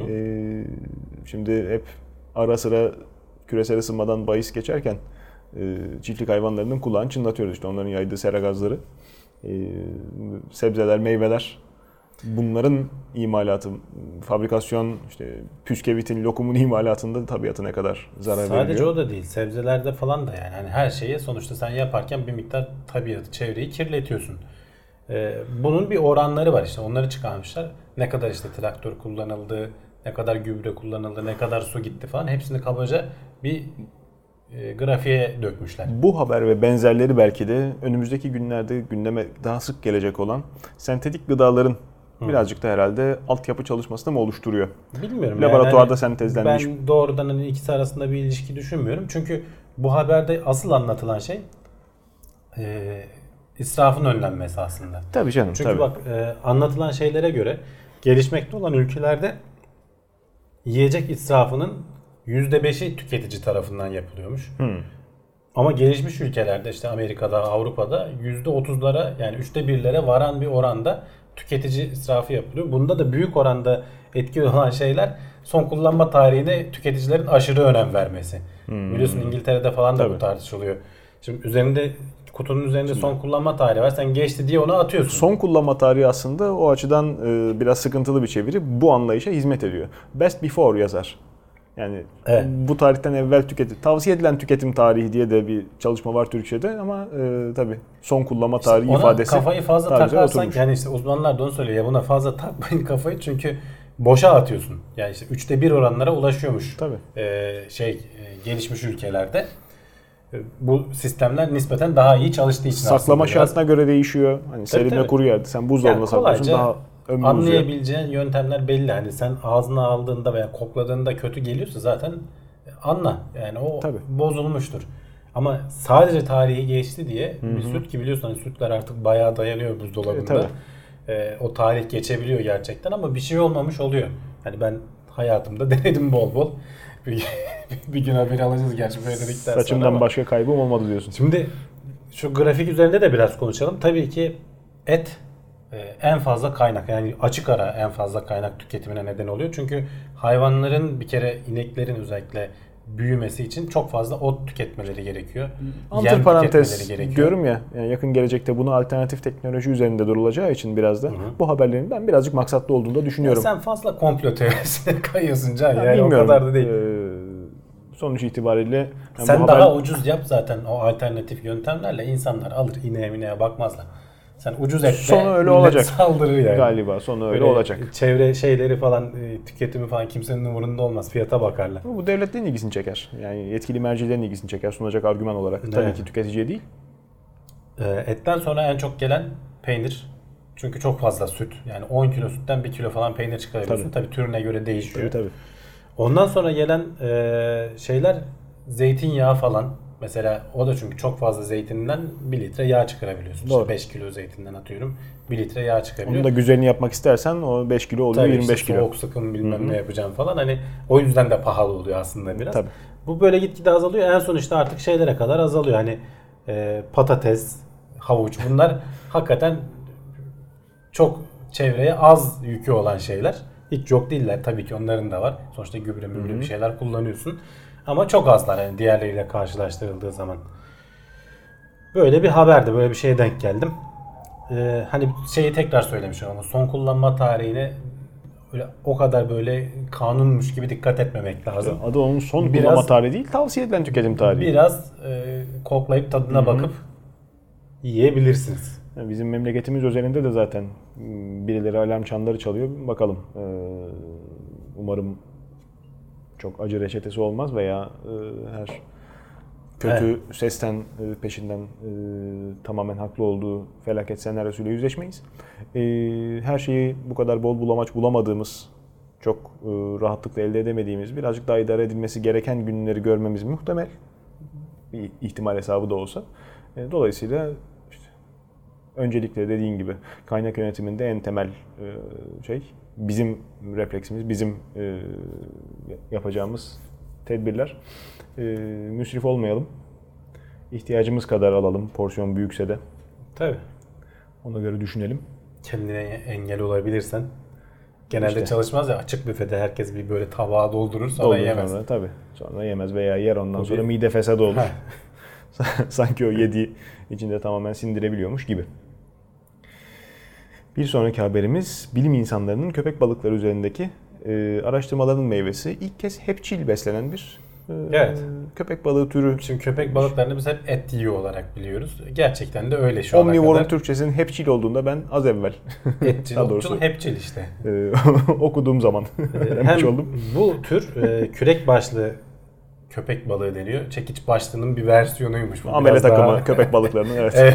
Şimdi hep ara sıra küresel ısınmadan bahis geçerken çiftlik hayvanlarının kulağını çınlatıyoruz, işte onların yaydığı sera gazları. Sebzeler, meyveler, bunların imalatı, fabrikasyon, işte püskevit'in, lokumun imalatında tabiata ne kadar zarar veriyor. Sadece o da değil, sebzelerde falan da yani. Hani her şeye sonuçta sen yaparken bir miktar tabiatı, çevreyi kirletiyorsun. Bunun bir oranları var, işte onları çıkarmışlar. Ne kadar işte traktör kullanıldı, ne kadar gübre kullanıldı, ne kadar su gitti falan, hepsini kabaca bir grafiğe dökmüşler. Bu haber ve benzerleri belki de önümüzdeki günlerde gündeme daha sık gelecek olan sentetik gıdaların birazcık da herhalde altyapı çalışmasını mı oluşturuyor? Bilmiyorum. Laboratuvarda yani sentezlenmiş. Ben doğrudan hani ikisi arasında bir ilişki düşünmüyorum. Çünkü bu haberde asıl anlatılan şey israfın önlenmesi aslında. Tabii canım. Çünkü tabii. bak anlatılan şeylere göre gelişmekte olan ülkelerde yiyecek israfının %5'i tüketici tarafından yapılıyormuş. Ama gelişmiş ülkelerde işte Amerika'da, Avrupa'da %30'lara, yani 1/3'lere varan bir oranda tüketici israfı yapılıyor. Bunda da büyük oranda etkili olan şeyler son kullanma tarihine tüketicilerin aşırı önem vermesi. Biliyorsun İngiltere'de falan da bu tartışılıyor. Şimdi kutunun üzerinde son kullanma tarihi var. Sen geçti diye onu atıyorsun. Son kullanma tarihi aslında o açıdan biraz sıkıntılı bir çeviri. Bu anlayışa hizmet ediyor. Best before yazar. Yani evet. Bu tarihten evvel tavsiye edilen tüketim tarihi diye de bir çalışma var Türkçe'de ama tabii son kullanma tarihi ona ifadesi kafayı fazla takarsan, yani işte uzmanlar da onu söylüyor ya, buna fazla takmayın kafayı çünkü boşa atıyorsun. Yani işte 1/3 oranlara ulaşıyormuş. Tabii. Gelişmiş ülkelerde. Bu sistemler nispeten daha iyi çalıştığı için saklama şartına göre değişiyor. Hani serinle kuru yerde sen buzdolabına saklıyorsun, daha ömrü uzuyor. Anlayabileceğin yöntemler belli. Hani sen ağzına aldığında veya kokladığında kötü geliyorsa zaten anla. Yani o bozulmuştur. Ama sadece tarihi geçti diye bir süt ki biliyorsun hani sütler artık bayağı dayanıyor buzdolabında. O tarih geçebiliyor gerçekten ama bir şey olmamış oluyor. Hani ben hayatımda denedim bol bol. Bir gün haberi alacağız gerçi böyle dedikten sonra. Saçımdan başka kaybım olmadı diyorsun. Şimdi şu grafik üzerinde de biraz konuşalım. Tabii ki et en fazla kaynak, yani açık ara en fazla kaynak tüketimine neden oluyor. Çünkü hayvanların, bir kere ineklerin özellikle büyümesi için çok fazla ot tüketmeleri gerekiyor. Antiparantez diyorum ya, yani yakın gelecekte bunu alternatif teknoloji üzerinde durulacağı için biraz da bu haberlerin ben birazcık maksatlı olduğunu da düşünüyorum. Ya sen fazla komplo teorisine kayıyorsun Can. Yani bilmiyorum. O kadar da değil. Sonuç itibariyle sen daha ucuz yap zaten o alternatif yöntemlerle, insanlar alır, ineğe bakmazlar. Sen ucuz etle sonu öyle olacak. Saldırır yani. Galiba sonu öyle olacak. Çevre şeyleri falan, tüketimi falan kimsenin umurunda olmaz. Fiyata bakarlar. Bu devletlerin ilgisini çeker. Yani yetkili mercilerin ilgisini çeker sunacak argüman olarak. Evet. Tabii ki tüketiciye değil. Etten sonra en çok gelen peynir. Çünkü çok fazla süt. Yani 10 kilo sütten 1 kilo falan peynir çıkarabiliyorsun. Tabii türüne göre değişiyor. Tabii. Ondan sonra gelen şeyler zeytinyağı falan. Mesela o da çünkü çok fazla zeytinden 1 litre yağ çıkarabiliyorsun. Doğru. İşte 5 kilo zeytinden atıyorum 1 litre yağ çıkabiliyor. Onun da güzelini yapmak istersen o 5 kilo oluyor, Tabii 25 işte kilo. soğuk sıkım bilmem ne yapacağım falan. Hani o yüzden de pahalı oluyor aslında biraz. Tabii. Bu böyle gitgide azalıyor. En son işte artık şeylere kadar azalıyor. Hani patates, havuç bunlar hakikaten çok çevreye az yükü olan şeyler. Hiç yok değiller. Tabii ki onların da var. Sonuçta gübre mübre bir şeyler kullanıyorsun. Ama çok azlar yani diğerleriyle karşılaştırıldığı zaman. Böyle bir haberdi. Böyle bir şeye denk geldim. Hani şeyi tekrar söylemiş ama son kullanma tarihine öyle o kadar böyle kanunmuş gibi dikkat etmemek lazım. Adı onun son Biraz- kullanma tarihi değil, tavsiye edilen tüketim tarihi. Biraz koklayıp tadına bakıp yiyebilirsiniz. Yani bizim memleketimiz özelinde de zaten birileri alarm çanları çalıyor. Bakalım. Umarım çok acı reçetesi olmaz veya her kötü sesten peşinden tamamen haklı olduğu felaket senaryosuyla yüzleşmeyiz. Her şeyi bu kadar bol bulamaç bulamadığımız, çok rahatlıkla elde edemediğimiz, birazcık daha idare edilmesi gereken günleri görmemiz muhtemel. Bir ihtimal hesabı da olsa. Dolayısıyla işte öncelikle dediğin gibi kaynak yönetiminde en temel şey bizim refleksimiz, bizim yapacağımız tedbirler. Müsrif olmayalım. İhtiyacımız kadar alalım. Porsiyon büyükse de. Tabii. Ona göre düşünelim. Kendine engel olabilirsen. Genelde İşte. çalışmaz ya, açık büfede herkes bir böyle tabağa doldurur sonra Doldur yemez. sonra tabii. Sonra yemez veya yer, ondan Bu sonra bir- mide fesadı olur. Heh. Sanki o yediği içinde tamamen sindirebiliyormuş gibi. Bir sonraki haberimiz bilim insanlarının köpek balıkları üzerindeki araştırmaların meyvesi. İlk kez hepçil beslenen bir Evet. köpek balığı türü. Şimdi köpek balıklarını biz hep et yiyor olarak biliyoruz. Gerçekten de öyle şu ana Omnivore'un kadar. Türkçesinin hepçil olduğunda ben az evvel Etçil, daha otçul, doğrusu hepçil işte. okuduğum zaman öğrenmiş Hem oldum. bu tür kürek başlı köpek balığı deniyor. Çekiç başlının bir versiyonuymuş. Bu Amele biraz takımı daha- köpek balıklarının, evet. Evet.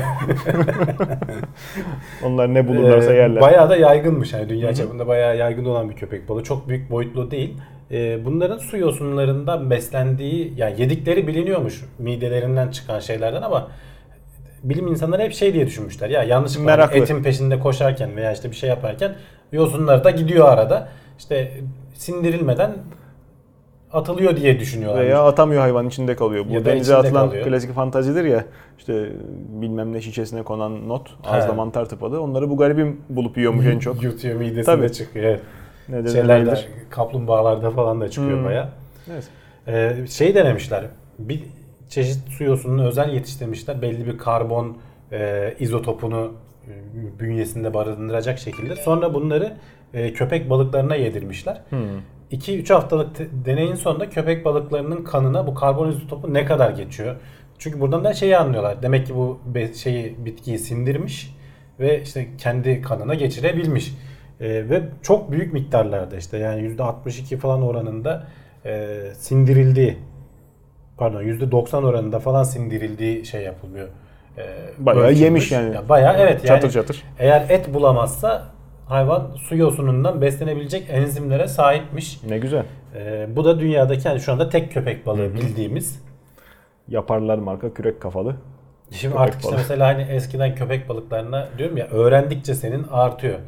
Onlar ne bulurlarsa yerler. Bayağı da yaygınmış. Yani dünya çapında bayağı yaygın olan bir köpek balığı. Çok büyük boyutlu değil. Bunların su yosunlarından beslendiği, yani yedikleri biliniyormuş midelerinden çıkan şeylerden ama bilim insanları hep şey diye düşünmüşler. Ya yanlışlıkla hani Meraklı. etin peşinde koşarken veya işte bir şey yaparken yosunlar da gidiyor arada. İşte sindirilmeden atılıyor diye düşünüyorlar. Veya atamıyor, hayvan içinde kalıyor. Bu Ya da denize içinde atılan kalıyor. klasik fantazidir ya. İşte bilmem ne şişesine konan not, ağızda He. mantar tıpalı. Onları bu garibim bulup yiyormuş en çok. Yutuyor, midesinde Tabii. çıkıyor. Evet. Neden Şeylerde, öyledir? kaplumbağalarda falan da çıkıyor bayağı. Evet. Şey denemişler. Bir çeşit su yosununu özel yetiştirmişler. Belli bir karbon izotopunu bünyesinde barındıracak şekilde. Sonra bunları köpek balıklarına yedirmişler. 2-3 haftalık deneyin sonunda köpek balıklarının kanına bu karbon izotopu ne kadar geçiyor? Çünkü buradan da şeyi anlıyorlar. Demek ki bu bitkiyi sindirmiş ve işte kendi kanına geçirebilmiş. Ve çok büyük miktarlarda işte yani %62 falan oranında sindirildiği, pardon %90 oranında falan sindirildiği şey yapılıyor. Bayağı Ölçülmüş. yemiş yani. Ya bayağı evet yani Çatır çatır. eğer et bulamazsa hayvan su yosunundan beslenebilecek enzimlere sahipmiş. Ne güzel. Bu da dünyadaki yani şu anda tek köpek balığı bildiğimiz. Yaparlar marka kürek kafalı. Şimdi Köpek artık işte balığı. mesela hani eskiden köpek balıklarına diyorum ya öğrendikçe senin artıyor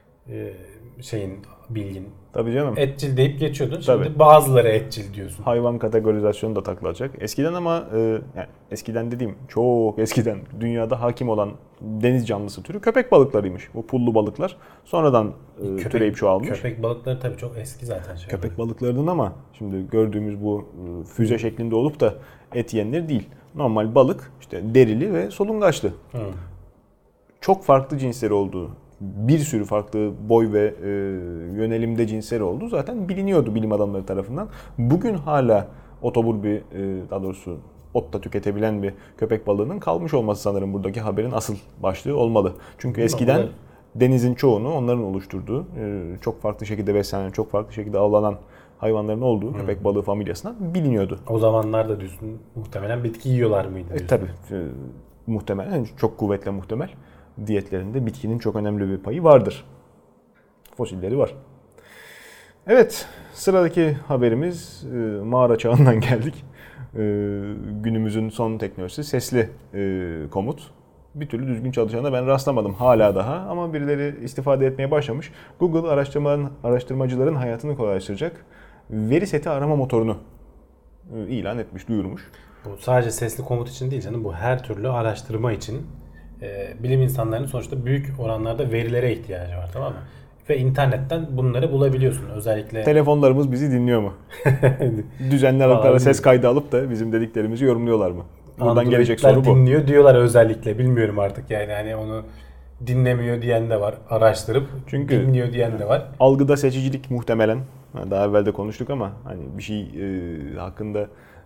şeyin bilgin. Tabii canım. Etçil deyip geçiyordun. Şimdi Tabii. bazıları etçil diyorsun. Hayvan kategorizasyonu da takılacak. Eskiden ama yani eskiden dediğim çok eskiden dünyada hakim olan deniz canlısı türü köpek balıklarıymış. Bu pullu balıklar. Sonradan türeyip çoğalmış. Köpek balıkları tabii çok eski zaten. Köpek balıklarının ama şimdi gördüğümüz bu füze şeklinde olup da et yiyenleri değil. Normal balık işte derili ve solungaçlı. Çok farklı cinsleri olduğu, bir sürü farklı boy ve yönelimde cinsleri olduğu zaten biliniyordu bilim adamları tarafından. Bugün hala otobur bir, daha doğrusu otta tüketebilen bir köpek balığının kalmış olması sanırım buradaki haberin asıl başlığı olmalı. Çünkü eskiden denizin çoğunu onların oluşturduğu, çok farklı şekilde beslenen, çok farklı şekilde avlanan hayvanların olduğu köpek balığı familyasından biliniyordu. O zamanlar da diyorsun muhtemelen bitki yiyorlar mıydı diyorsun. Tabii muhtemelen, yani çok kuvvetle muhtemel. Diyetlerinde bitkinin çok önemli bir payı vardır. Fosilleri var. Evet, sıradaki haberimiz mağara çağından geldik. Günümüzün son teknolojisi sesli komut. Bir türlü düzgün çalışana ben rastlamadım hala daha ama birileri istifade etmeye başlamış. Google araştırmacıların hayatını kolaylaştıracak veri seti arama motorunu ilan etmiş, duyurmuş. Bu sadece sesli komut için değil canım. Bu her türlü araştırma için bilim insanlarının sonuçta büyük oranlarda verilere ihtiyacı var, tamam mı? Ve internetten bunları bulabiliyorsun. Özellikle Telefonlarımız bizi dinliyor mu? Düzenli aralıklarla ses kaydı alıp da bizim dediklerimizi yorumluyorlar mı? Buradan gelecek soru bu. dinliyor diyorlar özellikle. Bilmiyorum artık yani hani onu dinlemiyor diyen de var. Araştırıp Çünkü dinliyor diyen de var. Algıda seçicilik muhtemelen. Daha evvel de konuştuk ama hani bir şey hakkında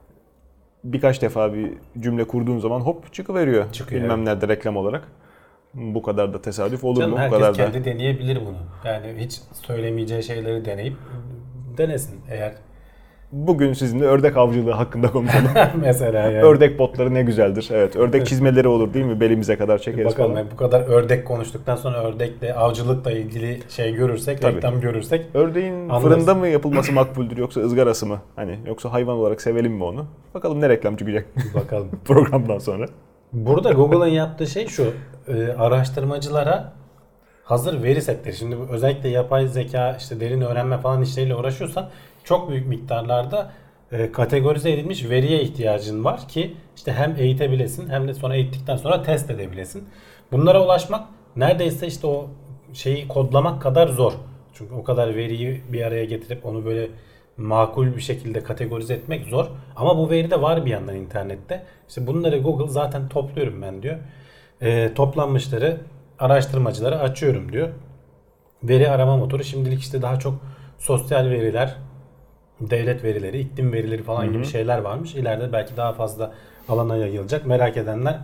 birkaç defa bir cümle kurduğun zaman hop çıkıveriyor. Bilmem evet. Nerede reklam olarak. Bu kadar da tesadüf olur Canım, mu? Bu herkes kadar kendi da deneyebilir bunu. Yani hiç söylemeyeceği şeyleri deneyip denesin eğer. Bugün sizinle ördek avcılığı hakkında konuşalım. Mesela yani. Ördek botları ne güzeldir. Evet, ördek çizmeleri olur değil mi? Belimize kadar çekeriz Bakalım falan. yani bu kadar ördek konuştuktan sonra ördekle, avcılıkla ilgili şey görürsek, Tabii. reklam görürsek Ördeğin anlarız. fırında mı yapılması makbuldür yoksa ızgarası mı? Hani yoksa hayvan olarak sevelim mi onu? Bakalım ne reklam çıkacak bakalım. programdan sonra. Burada Google'ın yaptığı şey şu. Araştırmacılara hazır veri setleri. Şimdi özellikle yapay zeka, işte derin öğrenme falan işleriyle uğraşıyorsan çok büyük miktarlarda kategorize edilmiş veriye ihtiyacın var ki işte hem eğitebilesin hem de sonra eğittikten sonra test edebilesin. Bunlara ulaşmak neredeyse işte o şeyi kodlamak kadar zor. Çünkü o kadar veriyi bir araya getirip onu böyle makul bir şekilde kategorize etmek zor. Ama bu veri de var bir yandan internette. İşte bunları Google zaten topluyorum ben diyor. Toplanmışları araştırmacılara açıyorum diyor. Veri arama motoru şimdilik işte daha çok sosyal veriler, devlet verileri, iklim verileri falan gibi şeyler varmış. İleride belki daha fazla alana yayılacak. Merak edenler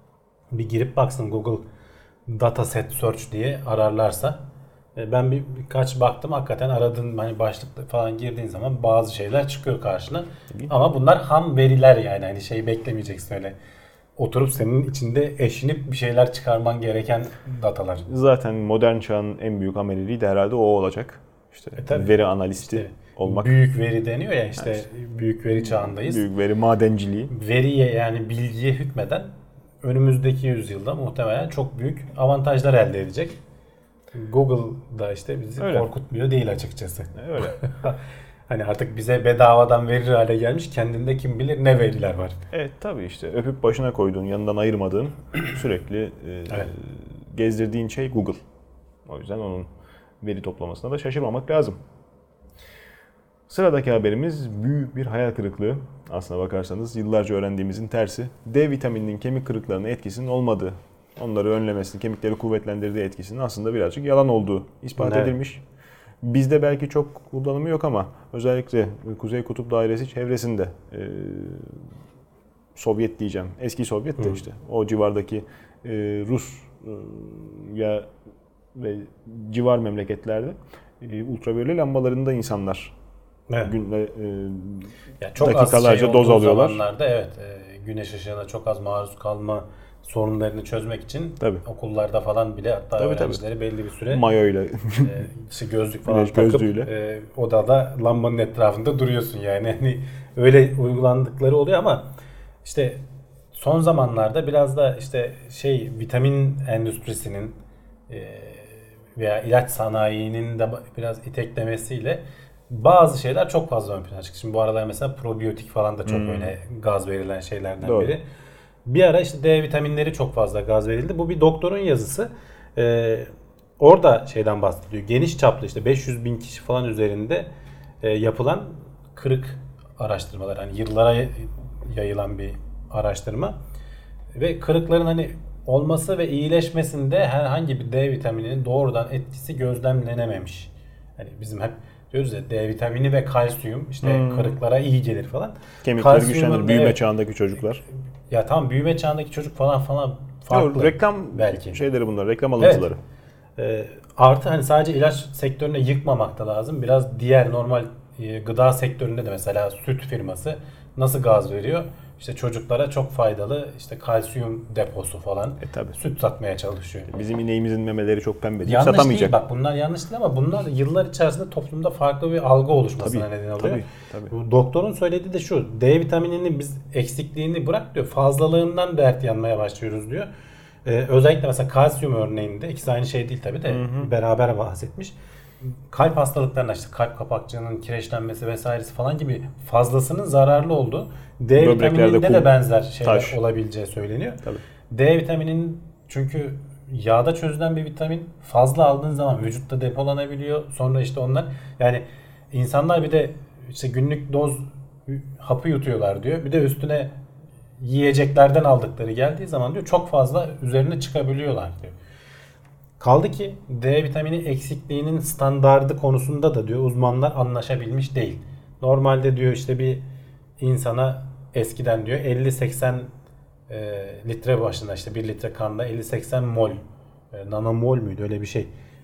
bir girip baksın Google Dataset Search diye ararlarsa. Ben birkaç baktım, hakikaten aradığın hani başlıkta falan girdiğin zaman bazı şeyler çıkıyor karşına. Ama bunlar ham veriler yani hani şey beklemeyeceksin öyle. Oturup senin içinde eşinip bir şeyler çıkarman gereken datalar. Zaten modern çağın en büyük ameliliği de herhalde o olacak. İşte veri analisti olmak. Büyük veri deniyor ya işte büyük veri çağındayız. Büyük veri madenciliği. Veriye yani bilgiye hükmeden önümüzdeki yüzyılda muhtemelen çok büyük avantajlar elde edecek. Google da işte bizi korkutmuyor değil açıkçası. Öyle. Hani artık bize bedavadan verir hale gelmiş, kendinde kim bilir ne veriler var. Evet tabii işte öpüp başına koyduğun, yanından ayırmadığın sürekli gezdirdiğin şey Google. O yüzden onun veri toplamasına da şaşırmamak lazım. Sıradaki haberimiz büyük bir hayal kırıklığı. Aslına bakarsanız yıllarca öğrendiğimizin tersi. D vitamininin kemik kırıklarına etkisinin olmadığı, onları önlemesini, kemikleri kuvvetlendirdiği etkisinin aslında birazcık yalan olduğu ispat edilmiş. Bizde belki çok kullanımı yok ama özellikle Kuzey Kutup Dairesi çevresinde Sovyet diyeceğim. Eski Sovyet de işte o civardaki Rus ve civar memleketlerde ultraviyole lambalarında insanlar günde çok dakikalarca az doz alıyorlar. Zamanlarda evet güneş ışığına çok az maruz kalma sorunlarını çözmek için okullarda falan bile hatta öğrencileri belli bir süre mayoyla işte gözlük falan takıp odada lambanın etrafında duruyorsun yani. Hani öyle uygulandıkları oluyor ama işte son zamanlarda biraz da işte vitamin endüstrisinin veya ilaç sanayinin de biraz iteklemesiyle bazı şeyler çok fazla ön plana çıktı. Şimdi bu aralar mesela probiyotik falan da çok öyle gaz verilen şeylerden biri. Bir ara işte D vitaminleri çok fazla gaz verildi. Bu bir doktorun yazısı. Orada şeyden bahsediyor. Geniş çaplı işte 500 bin kişi falan üzerinde yapılan kırık araştırmalar. Hani yıllara yayılan bir araştırma. Ve kırıkların hani olması ve iyileşmesinde herhangi bir D vitamininin doğrudan etkisi gözlemlenememiş. Hani bizim hep diyoruz ya D vitamini ve kalsiyum işte kırıklara iyi gelir falan. Kemikleri güçlendirir. Büyüme çağındaki çocuklar. Ya tamam büyüme çağındaki çocuk falan farklı. Reklam belki şeyleri bunlar. Reklam alıntıları. Artı hani sadece ilaç sektörüne yıkmamak da lazım. Biraz diğer normal gıda sektöründe de mesela süt firması nasıl gaz veriyor? işte çocuklara çok faydalı işte kalsiyum deposu falan Tabii. süt satmaya çalışıyor. Bizim ineğimizin memeleri çok pembe değil, Yanlış satamayacak. değil, bak bunlar yanlış değil ama bunlar yıllar içerisinde toplumda farklı bir algı oluşmasına neden oluyor. Tabii. Bu doktorun söylediği de şu: D vitamininin biz eksikliğini bırak diyor, fazlalığından dert yanmaya başlıyoruz diyor. Özellikle mesela kalsiyum örneğinde, ikisi aynı şey değil tabii de beraber bahsetmiş. Kalp hastalıklarına, işte kalp kapakçığının kireçlenmesi vesairesi falan gibi fazlasının zararlı olduğu, D Böbreklerde vitamininde de benzer şeyler taş olabileceği söyleniyor. Tabii. D vitaminin çünkü yağda çözülen bir vitamin, fazla aldığın zaman vücutta depolanabiliyor. Sonra işte onlar, yani insanlar bir de işte günlük doz hapı yutuyorlar diyor. Bir de üstüne yiyeceklerden aldıkları geldiği zaman diyor çok fazla üzerine çıkabiliyorlar diyor. Kaldı ki D vitamini eksikliğinin standardı konusunda da diyor uzmanlar anlaşabilmiş değil. Normalde diyor işte bir insana eskiden diyor 50-80 litre başına, işte 1 litre kanda 50-80 mol nanomol müydü öyle bir şey,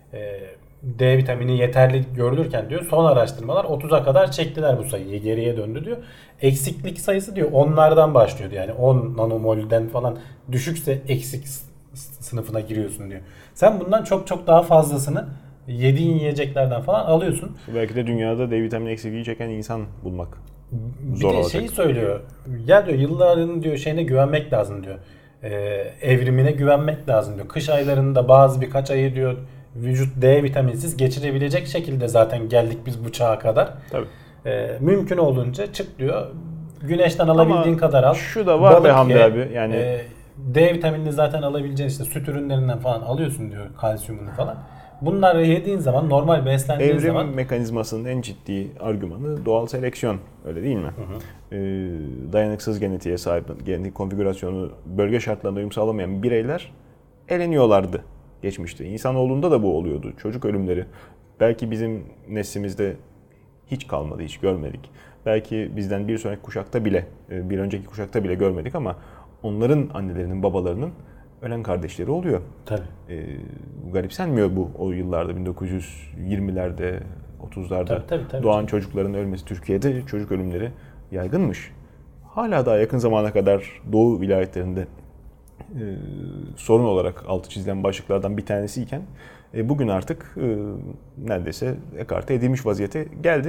D vitamini yeterli görülürken diyor son araştırmalar 30'a kadar çektiler bu sayıyı, geriye döndü diyor. Eksiklik sayısı diyor onlardan başlıyordu, yani 10 nanomolden falan düşükse eksik sınıfına giriyorsun diyor. Sen bundan çok çok daha fazlasını yediğin yiyeceklerden falan alıyorsun. Belki de dünyada D vitamini eksikliği çeken insan bulmak Bir zor de olacak. şeyi söylüyor. Ya diyor yılların diyor şeyine güvenmek lazım diyor. Evrimine güvenmek lazım diyor. Kış aylarında birkaç ayı diyor vücut D vitaminsiz geçirebilecek şekilde zaten geldik biz bu çağa kadar. Tabii. Mümkün olduğunca çık diyor. Güneşten alabildiğin kadar al. Şu da var be Hamdi abi, yani D vitaminini zaten alabileceğin işte süt ürünlerinden falan alıyorsun diyor, kalsiyumunu falan. Bunları yediğin zaman, normal beslendiğin evrim zaman, mekanizmasının en ciddi argümanı doğal seleksiyon, öyle değil mi? Dayanıksız genetiğe sahip, genetik konfigürasyonu bölge şartlarına uyum sağlamayan bireyler eleniyorlardı geçmişte. İnsanoğlunda da bu oluyordu. Çocuk ölümleri belki bizim neslimizde hiç kalmadı, hiç görmedik. Belki bizden bir sonraki kuşakta bile, bir önceki kuşakta bile görmedik ama onların annelerinin, babalarının ölen kardeşleri oluyor. tabii. Garipsenmiyor bu o yıllarda, 1920'lerde, 30'larda Tabii. doğan çocukların ölmesi. Türkiye'de çocuk ölümleri yaygınmış. Hala daha yakın zamana kadar Doğu vilayetlerinde sorun olarak altı çizilen başlıklardan bir tanesiyken bugün artık neredeyse ekarte edilmiş vaziyete geldi.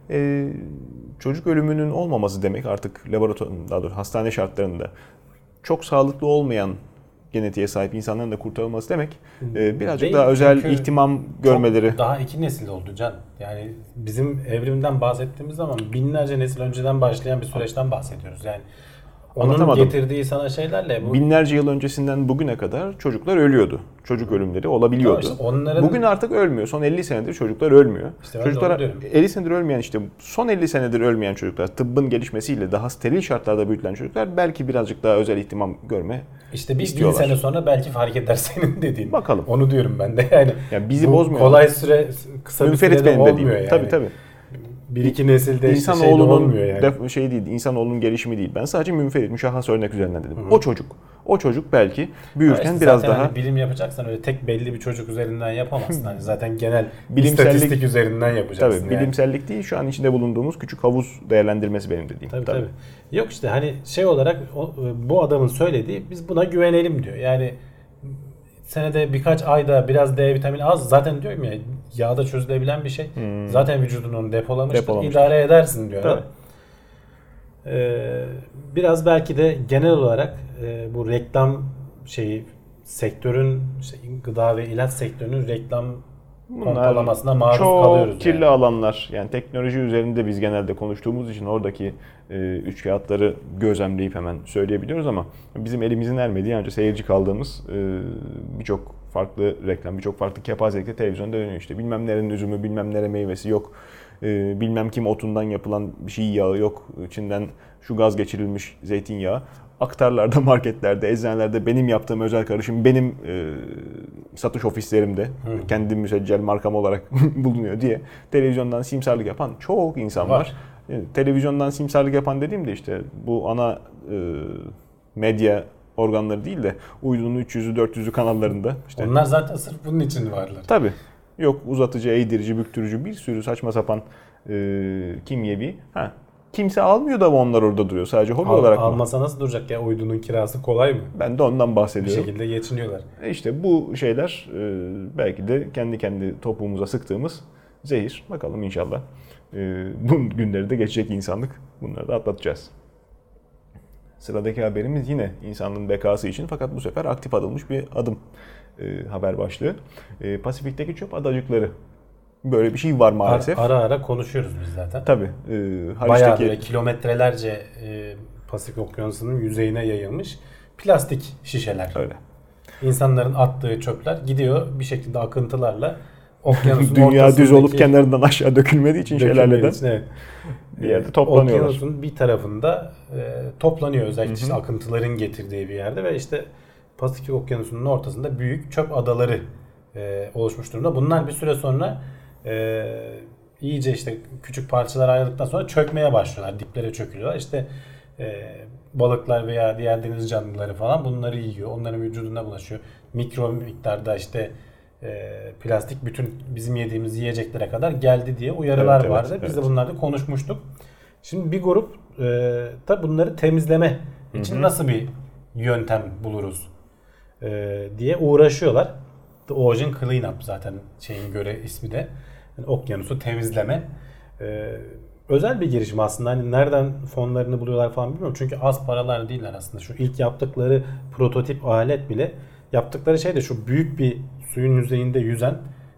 Çocuk ölümünün olmaması demek artık daha doğrusu hastane şartlarında çok sağlıklı olmayan genetiğe sahip insanların da kurtarılması demek birazcık Değil, daha özel çünkü ihtimam görmeleri. Çok daha iki nesil oldu Can. Yani bizim evrimden bahsettiğimiz zaman binlerce nesil önceden başlayan bir süreçten bahsediyoruz. Yani onun Anlatamadım. getirdiği sana şeylerle bu... Binlerce yıl öncesinden bugüne kadar çocuklar ölüyordu. Çocuk ölümleri olabiliyordu. Tamam işte onların... Bugün artık ölmüyor. Son 50 senedir çocuklar ölmüyor. İşte ben de onu Çocuklar diyorum. 50 senedir ölmeyen, işte son 50 senedir ölmeyen çocuklar, tıbbın gelişmesiyle daha steril şartlarda büyütülen çocuklar belki birazcık daha özel ihtimam görme İşte bir istiyorlar. sene sonra belki fark eder senin dediğin. Bakalım. Onu diyorum ben de yani. Yani bizi bu bozmuyor. kolay süre, kısa bir Münferit sürede benim dediğim. olmuyor yani. Tabii. Bir iki nesilde işte şey de İnsanoğlunun olmuyor yani. şey değil, insanoğlunun gelişimi değil. Ben sadece münferit, müşahhas örnek üzerinden dedim. O çocuk belki büyürken işte biraz zaten daha hani bilim yapacaksan öyle tek belli bir çocuk üzerinden yapamazsın. Hani zaten genel Bilimsellik- istatistik üzerinden yapacaksın. tabii yani. bilimsellik değil, şu an içinde bulunduğumuz küçük havuz değerlendirmesi benim dediğim. Tabii. Yok işte hani şey olarak bu adamın söylediği, biz buna güvenelim diyor. Yani senede birkaç ayda biraz D vitamini az, zaten diyorum ya yağda çözülebilen bir şey. Zaten vücudun onu depolamıştır. İdare edersin diyor. Tabii. Biraz belki de genel olarak bu reklam sektörün, işte gıda ve ilaç sektörünün reklam pompalamasına maruz kalıyoruz. Çok kirli yani. alanlar. Yani teknoloji üzerinde biz genelde konuştuğumuz için oradaki üçkağıtları gözlemleyip hemen söyleyebiliyoruz ama bizim elimizin ermediği, ancak seyirci kaldığımız birçok farklı reklam, birçok farklı kepazelikle televizyonda dönüyor işte. Bilmem nerenin üzümü, bilmem nere meyvesi yok. Bilmem kim otundan yapılan bir şey yağı yok. İçinden şu gaz geçirilmiş zeytinyağı. Aktarlarda, marketlerde, eczanelerde benim yaptığım özel karışım benim satış ofislerimde kendi müseccel markam olarak bulunuyor diye televizyondan simsarlık yapan çok insan var. Televizyondan simsarlık yapan dediğimde işte bu ana medya organları değil de uydunun 300'ü 400'ü kanallarında. İşte, onlar zaten sırf bunun için varlar. tabii. Yok uzatıcı, eğdirici, büktürücü bir sürü saçma sapan kimyevi. kimse almıyor da onlar orada duruyor. Sadece hobi olarak mı? Almasa nasıl duracak ya? Uydunun kirası kolay mı? Ben de ondan Bir bahsediyorum. şekilde geçiniyorlar. İşte bu şeyler belki de kendi topuğumuza sıktığımız zehir. Bakalım inşallah. Bu günleri de geçecek insanlık. Bunları da atlatacağız. Sıradaki haberimiz yine insanlığın bekası için, fakat bu sefer aktif atılmış bir adım haber başlığı. Pasifik'teki çöp adacıkları. Böyle bir şey var maalesef. Ara ara konuşuyoruz biz zaten. Tabii. Bayağı böyle kilometrelerce Pasifik Okyanusu'nun yüzeyine yayılmış plastik şişeler. Öyle. İnsanların attığı çöpler gidiyor bir şekilde akıntılarla okyanusun Dünya düz olup kenarından aşağı dökülmediği için şelaleden evet. bir yerde toplanıyorlar. Okyanusun bir tarafında toplanıyor, özellikle işte akıntıların getirdiği bir yerde ve işte Pasifik Okyanusu'nun ortasında büyük çöp adaları oluşmuş durumda. Bunlar bir süre sonra iyice işte küçük parçalara ayrıldıktan sonra çökmeye başlıyorlar. Diplere çökülüyorlar. İşte balıklar veya diğer deniz canlıları falan bunları yiyor. Onların vücuduna bulaşıyor. Mikro miktarda işte plastik bütün bizim yediğimiz yiyeceklere kadar geldi diye uyarılar Evet, vardı. Biz de bunlarda konuşmuştuk. Şimdi bir grup da bunları temizleme için nasıl bir yöntem buluruz diye uğraşıyorlar. The Ocean Cleanup zaten şeyin göre ismi de. Yani okyanusu temizleme. Özel bir girişim aslında. Hani nereden fonlarını buluyorlar falan bilmiyorum. Çünkü az paralar değiller aslında. Şu ilk yaptıkları prototip alet bile, yaptıkları şey de şu büyük bir suyun yüzeyinde yüzen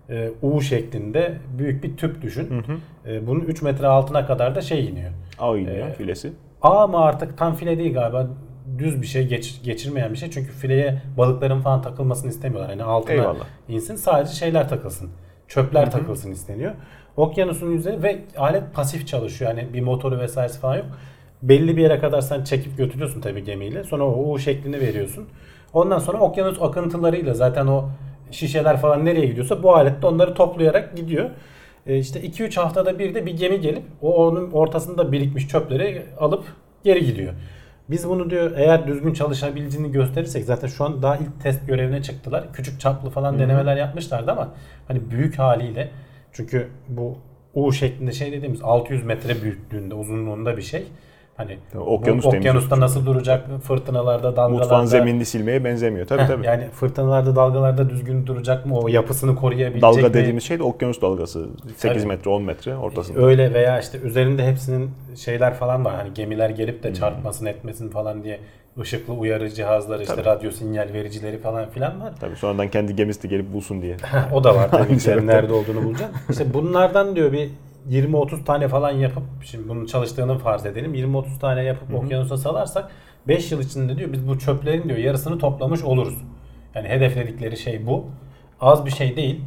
U şeklinde büyük bir tüp düşün. Bunun 3 metre altına kadar da şey iniyor. Ağ iniyor, filesi. Ağ ama artık tam file değil galiba. Düz bir şey, geçirmeyen bir şey. Çünkü fileye balıkların falan takılmasını istemiyorlar. Hani altına insin, sadece şeyler takılsın. Çöpler takılsın isteniyor. Okyanusun yüzeyi ve alet pasif çalışıyor. Yani bir motoru vesairesi falan yok. Belli bir yere kadar sen çekip götürüyorsun tabii gemiyle. Sonra o U şeklini veriyorsun. Ondan sonra okyanus akıntılarıyla zaten o şişeler falan nereye gidiyorsa bu aletle onları toplayarak gidiyor. İşte 2-3 haftada bir de bir gemi gelip onun ortasında birikmiş çöpleri alıp geri gidiyor. Biz bunu diyor eğer düzgün çalışabildiğini gösterirsek, zaten şu an daha ilk test görevine çıktılar. Küçük çaplı falan denemeler yapmışlardı ama hani büyük haliyle, çünkü bu U şeklinde şey dediğimiz 600 metre büyüklüğünde, uzunluğunda bir şey. Hani okyanusta nasıl duracak, fırtınalarda, dalgalarda. Mutfağın zeminini silmeye benzemiyor. Tabii. Yani fırtınalarda, dalgalarda düzgün duracak mı? O yapısını koruyabilecek Dalga mi? Dalga dediğimiz şey de okyanus dalgası. 8 metre, 10 metre ortasında. Öyle, veya işte üzerinde hepsinin şeyler falan var. Hani gemiler gelip de çarpmasın etmesin falan diye ışıklı uyarı cihazları, işte radyo sinyal vericileri falan filan var. Tabii, sonradan kendi gemisi de gelip bulsun diye. O da var tabii ki. Nerede olduğunu bulacaksın. İşte bunlardan diyor bir 20-30 tane falan yapıp, şimdi bunun çalıştığını farz edelim. 20-30 tane yapıp okyanusa salarsak 5 yıl içinde diyor biz bu çöplerin diyor yarısını toplamış oluruz. Yani hedefledikleri şey bu. Az bir şey değil.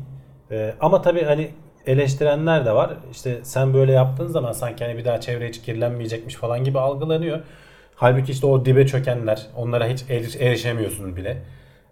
Ama tabii hani eleştirenler de var. İşte sen böyle yaptığın zaman sanki hani bir daha çevre hiç kirlenmeyecekmiş falan gibi algılanıyor. Halbuki işte o dibe çökenler, onlara hiç erişemiyorsun bile.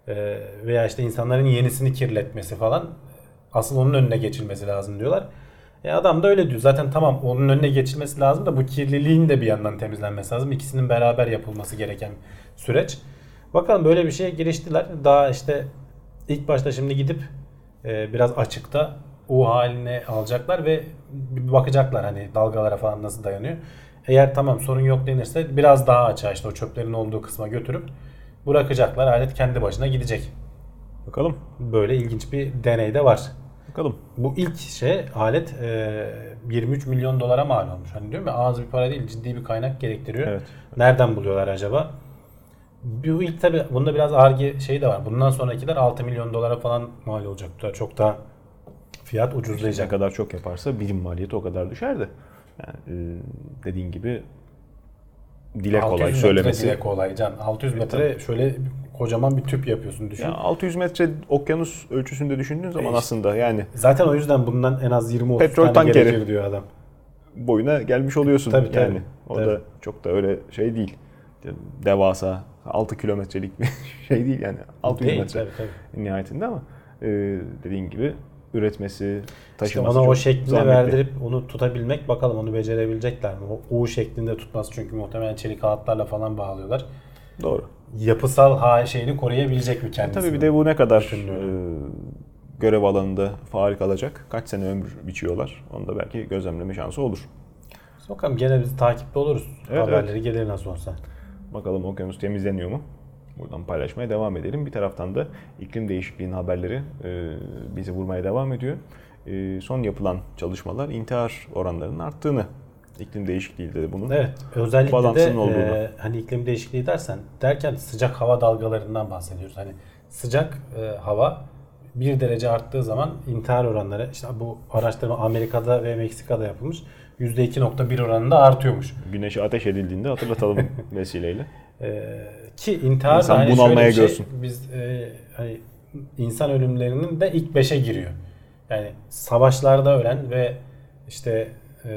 Veya işte insanların yenisini kirletmesi falan, asıl onun önüne geçilmesi lazım diyorlar. Adam da öyle diyor. Zaten tamam, onun önüne geçilmesi lazım da bu kirliliğin de bir yandan temizlenmesi lazım. İkisinin beraber yapılması gereken süreç. Bakalım, böyle bir şeye giriştiler. Daha işte ilk başta şimdi gidip biraz açıkta U haline alacaklar ve bir bakacaklar hani dalgalara falan nasıl dayanıyor. Eğer tamam sorun yok denirse biraz daha açığa, işte o çöplerin olduğu kısma götürüp bırakacaklar. Alet kendi başına gidecek. Bakalım. Böyle ilginç bir deney de var. Bakalım. Bu ilk alet 23 milyon dolara mal olmuş. Hani diyorum ya, az bir para değil, ciddi bir kaynak gerektiriyor. Evet. Nereden buluyorlar acaba? Bu ilk, tabi bunda biraz Ar-Ge şeyi de var. Bundan sonrakiler 6 milyon dolara falan mal olacak. Çok daha fiyat ucuzlayacak. Ne kadar çok yaparsa birim maliyeti o kadar düşer de. Yani dediğin gibi dile kolay söylemesi. Dile kolay can. 600 metre şöyle kocaman bir tüp yapıyorsun, düşün. Yani 600 metre okyanus ölçüsünde düşündüğün zaman aslında yani. Zaten o yüzden bundan en az 20-30 petrol tane gerekir tankeri diyor adam. Boyuna gelmiş oluyorsun Tabii. yani. O da çok da öyle şey değil. Devasa 6 kilometrelik bir şey değil yani. 600 değil, metre tabii. nihayetinde, ama dediğin gibi üretmesi, taşıması işte ona çok o şekline zahmetli. verdirip onu tutabilmek, bakalım onu becerebilecekler mi? O U şeklinde tutması, çünkü muhtemelen çelik halatlarla falan bağlıyorlar. Doğru. Yapısal şeyini koruyabilecek mi kendisi? Tabii bir de bu ne kadar görev alanında faal kalacak, kaç sene ömür biçiyorlar, onu da belki gözlemleme şansı olur. Bakalım gene biz takipte oluruz. Evet, Haberleri gelir nasıl olsa. Bakalım okyanus temizleniyor mu? Buradan paylaşmaya devam edelim. Bir taraftan da iklim değişikliğinin haberleri bizi vurmaya devam ediyor. Son yapılan çalışmalar intihar oranlarının arttığını, iklim değişikliğiyle de bunun Evet, özellikle bağlantısının de olduğunu. hani iklim değişikliği derken sıcak hava dalgalarından bahsediyoruz. Hani sıcak hava 1 derece arttığı zaman intihar oranları, işte bu araştırma Amerika'da ve Meksika'da yapılmış, %2.1 oranında artıyormuş. Güneşe ateş edildiğinde hatırlatalım vesileyle. Ki intihar İnsan da hani bunalmaya şöyle bir şey, görsün. biz hani insan ölümlerinin de ilk 5'e giriyor. Yani savaşlarda ölen ve işte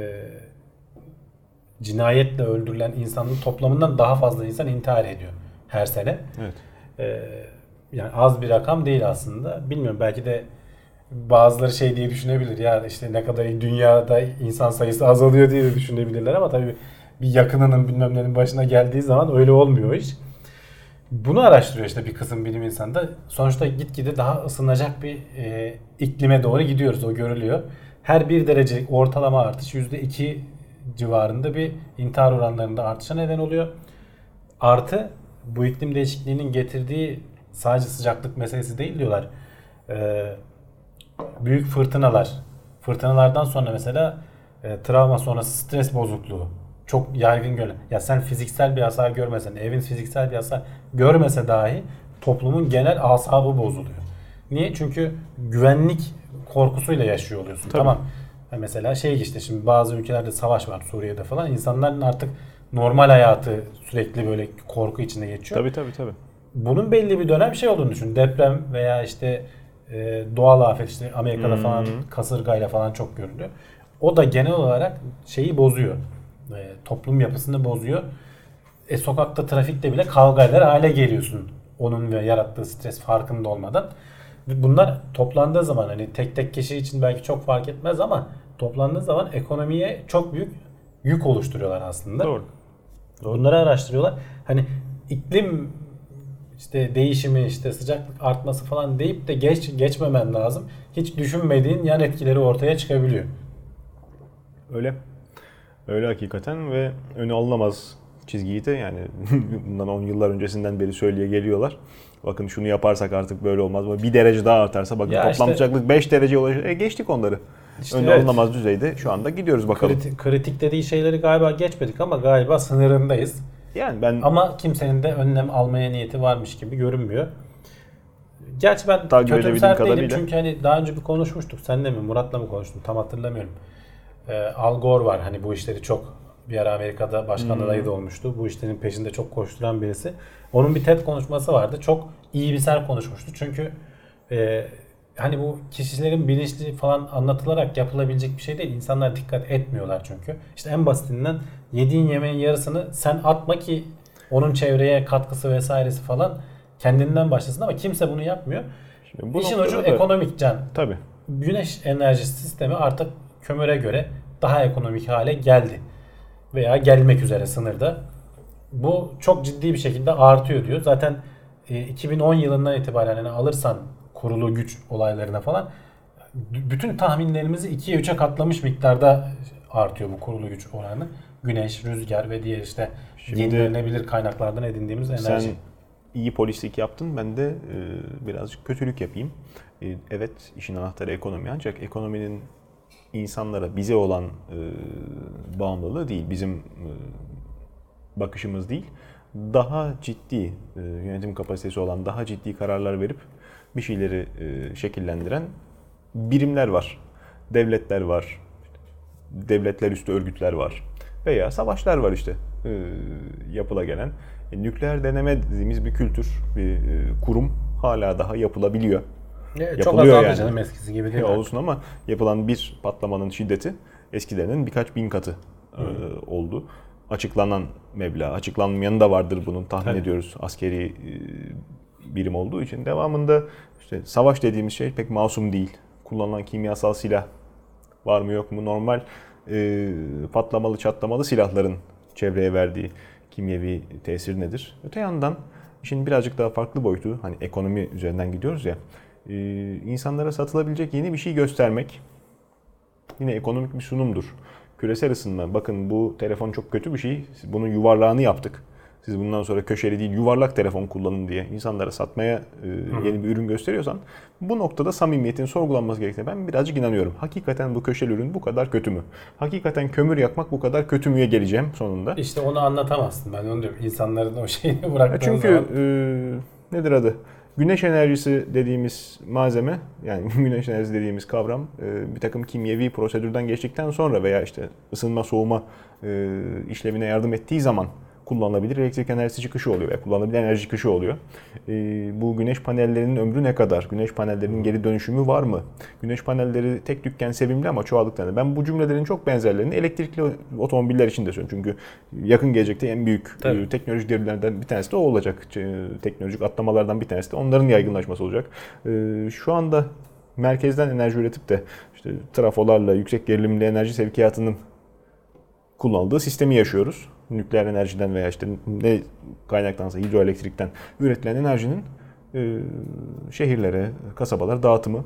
cinayetle öldürülen insanın toplamından daha fazla insan intihar ediyor her sene. Evet. Yani az bir rakam değil aslında. Bilmiyorum, belki de bazıları şey diye düşünebilir. Ya işte ne kadar dünyada insan sayısı azalıyor diye de düşünebilirler ama tabii bir yakınının bilmem nenin başına geldiği zaman öyle olmuyor iş. Bunu araştırıyor işte bir kısım bilim insanı da. Sonuçta gitgide daha ısınacak bir iklime doğru gidiyoruz. O görülüyor. Her 1 derecelik ortalama artış %2 civarında bir intihar oranlarında artışa neden oluyor. Artı bu iklim değişikliğinin getirdiği sadece sıcaklık meselesi değil diyorlar. Büyük fırtınalardan sonra mesela travma sonrası stres bozukluğu çok yaygın görülen. Ya sen fiziksel bir hasar görmesen, evin fiziksel bir hasar görmese dahi toplumun genel asabı bozuluyor. Niye? Çünkü güvenlik korkusuyla yaşıyor oluyorsun. Tabii. Tamam. Mesela işte şimdi bazı ülkelerde savaş var, Suriye'de falan. İnsanların artık normal hayatı sürekli böyle korku içinde geçiyor. Tabii. Bunun belli bir dönem şey olduğunu düşün. Deprem veya işte doğal afet, işte Amerika'da falan kasırgayla falan çok görülüyor. O da genel olarak şeyi bozuyor. Toplum yapısını bozuyor. Sokakta, trafikte bile kavga eder hale geliyorsun. Onun ve yarattığı stres farkında olmadan. Bunlar toplandığı zaman, hani tek tek kişi için belki çok fark etmez ama toplandığı zaman ekonomiye çok büyük yük oluşturuyorlar aslında. Doğru. Bunları araştırıyorlar. Hani iklim işte değişimi, işte sıcaklık artması falan deyip de geçmemen lazım. Hiç düşünmediğin yan etkileri ortaya çıkabiliyor. Öyle. Öyle hakikaten ve önü alınamaz çizgiyi de yani bundan 10 yıllar öncesinden beri söyleye geliyorlar. Bakın şunu yaparsak artık böyle olmaz ama 1 derece daha artarsa bakın Ya toplam işte, sıcaklık 5 dereceye ulaşır. Geçtik onları. İşte Önü evet. alınamaz düzeyde şu anda gidiyoruz bakalım. Kritik dediği şeyleri galiba geçmedik ama galiba sınırındayız. Yani ben Ama kimsenin de önlem almaya niyeti varmış gibi görünmüyor. Gerçi ben takip kötümser edebildiğim değilim kadarıyla. çünkü hani daha önce bir konuşmuştuk. Seninle mi, Murat'la mı konuştum tam hatırlamıyorum. Al Gore var, hani bu işleri çok bir ara Amerika'da başkan adayı da olmuştu. Bu işlerin peşinde çok koşturan birisi. Onun bir TED konuşması vardı. Çok iyimser konuşmuştu. Çünkü hani bu kişilerin bilinçli falan anlatılarak yapılabilecek bir şey değil. İnsanlar dikkat etmiyorlar çünkü. İşte en basitinden yediğin yemeğin yarısını sen atma ki onun çevreye katkısı vesairesi falan kendinden başlasın ama kimse bunu yapmıyor. Şimdi bu İşin noktada ucu da- ekonomik can. Tabii. Güneş enerji sistemi artık kömüre göre daha ekonomik hale geldi. Veya gelmek üzere sınırda. Bu çok ciddi bir şekilde artıyor diyor. Zaten 2010 yılından itibaren yani alırsan kurulu güç olaylarına falan bütün tahminlerimizi 2'ye 3'e katlamış miktarda artıyor bu kurulu güç oranı. Güneş, rüzgar ve diğer işte Şimdi yenilenebilir kaynaklardan edindiğimiz enerji. Sen iyi polislik yaptın, ben de birazcık kötülük yapayım. Evet, işin anahtarı ekonomi ancak ekonominin insanlara, bize olan bağımlılığı değil, bizim bakışımız değil. Daha ciddi yönetim kapasitesi olan, daha ciddi kararlar verip bir şeyleri şekillendiren birimler var. Devletler var. Devletler üstü örgütler var. Veya savaşlar var işte yapıla gelen. Nükleer deneme dediğimiz bir kültür, bir kurum hala daha yapılabiliyor. Çok Yapılıyor azaldı yani. canım, eskisi gibi değil. Olsun ama yapılan bir patlamanın şiddeti eskilerinin birkaç bin katı oldu. Açıklanan meblağ, açıklanmayanı da vardır bunun, tahmin ediyoruz askeri birim olduğu için. Devamında işte savaş dediğimiz şey pek masum değil. Kullanılan kimyasal silah var mı yok mu, normal patlamalı çatlamalı silahların çevreye verdiği kimyevi tesir nedir? Öte yandan işin birazcık daha farklı boyutu, hani ekonomi üzerinden gidiyoruz ya, insanlara satılabilecek yeni bir şey göstermek yine ekonomik bir sunumdur. küresel ısınma, bakın bu telefon çok kötü bir şey, bunun yuvarlağını yaptık. Siz bundan sonra köşeli değil yuvarlak telefon kullanın diye insanlara satmaya yeni bir ürün gösteriyorsan bu noktada samimiyetin sorgulanması gerektiğine ben birazcık inanıyorum. Hakikaten bu köşeli ürün bu kadar kötü mü? Hakikaten kömür yakmak bu kadar kötü müye geleceğim sonunda. İşte onu anlatamazsın. Ben onu diyorum. İnsanların o şeyini bıraktığın Çünkü zaman. nedir adı? Güneş enerjisi dediğimiz malzeme, yani güneş enerjisi dediğimiz kavram bir takım kimyevi prosedürden geçtikten sonra veya işte ısınma soğuma işlevine yardım ettiği zaman kullanılabilir elektrik enerjisi çıkışı oluyor veya kullanılabilir enerji çıkışı oluyor. Bu güneş panellerinin ömrü ne kadar? Güneş panellerinin geri dönüşümü var mı? Güneş panelleri tek tükken sevimli ama çoğaldıklarında. Ben bu cümlelerin çok benzerlerini elektrikli otomobiller için de söylüyorum. Çünkü yakın gelecekte en büyük teknolojik devrimlerden bir tanesi de o olacak. Teknolojik atlamalardan bir tanesi de onların yaygınlaşması olacak. Şu anda merkezden enerji üretip de işte trafolarla yüksek gerilimli enerji sevkiyatının kullanıldığı sistemi yaşıyoruz. Nükleer enerjiden veya işte ne kaynaktansa hidroelektrikten üretilen enerjinin şehirlere, kasabalara dağıtımı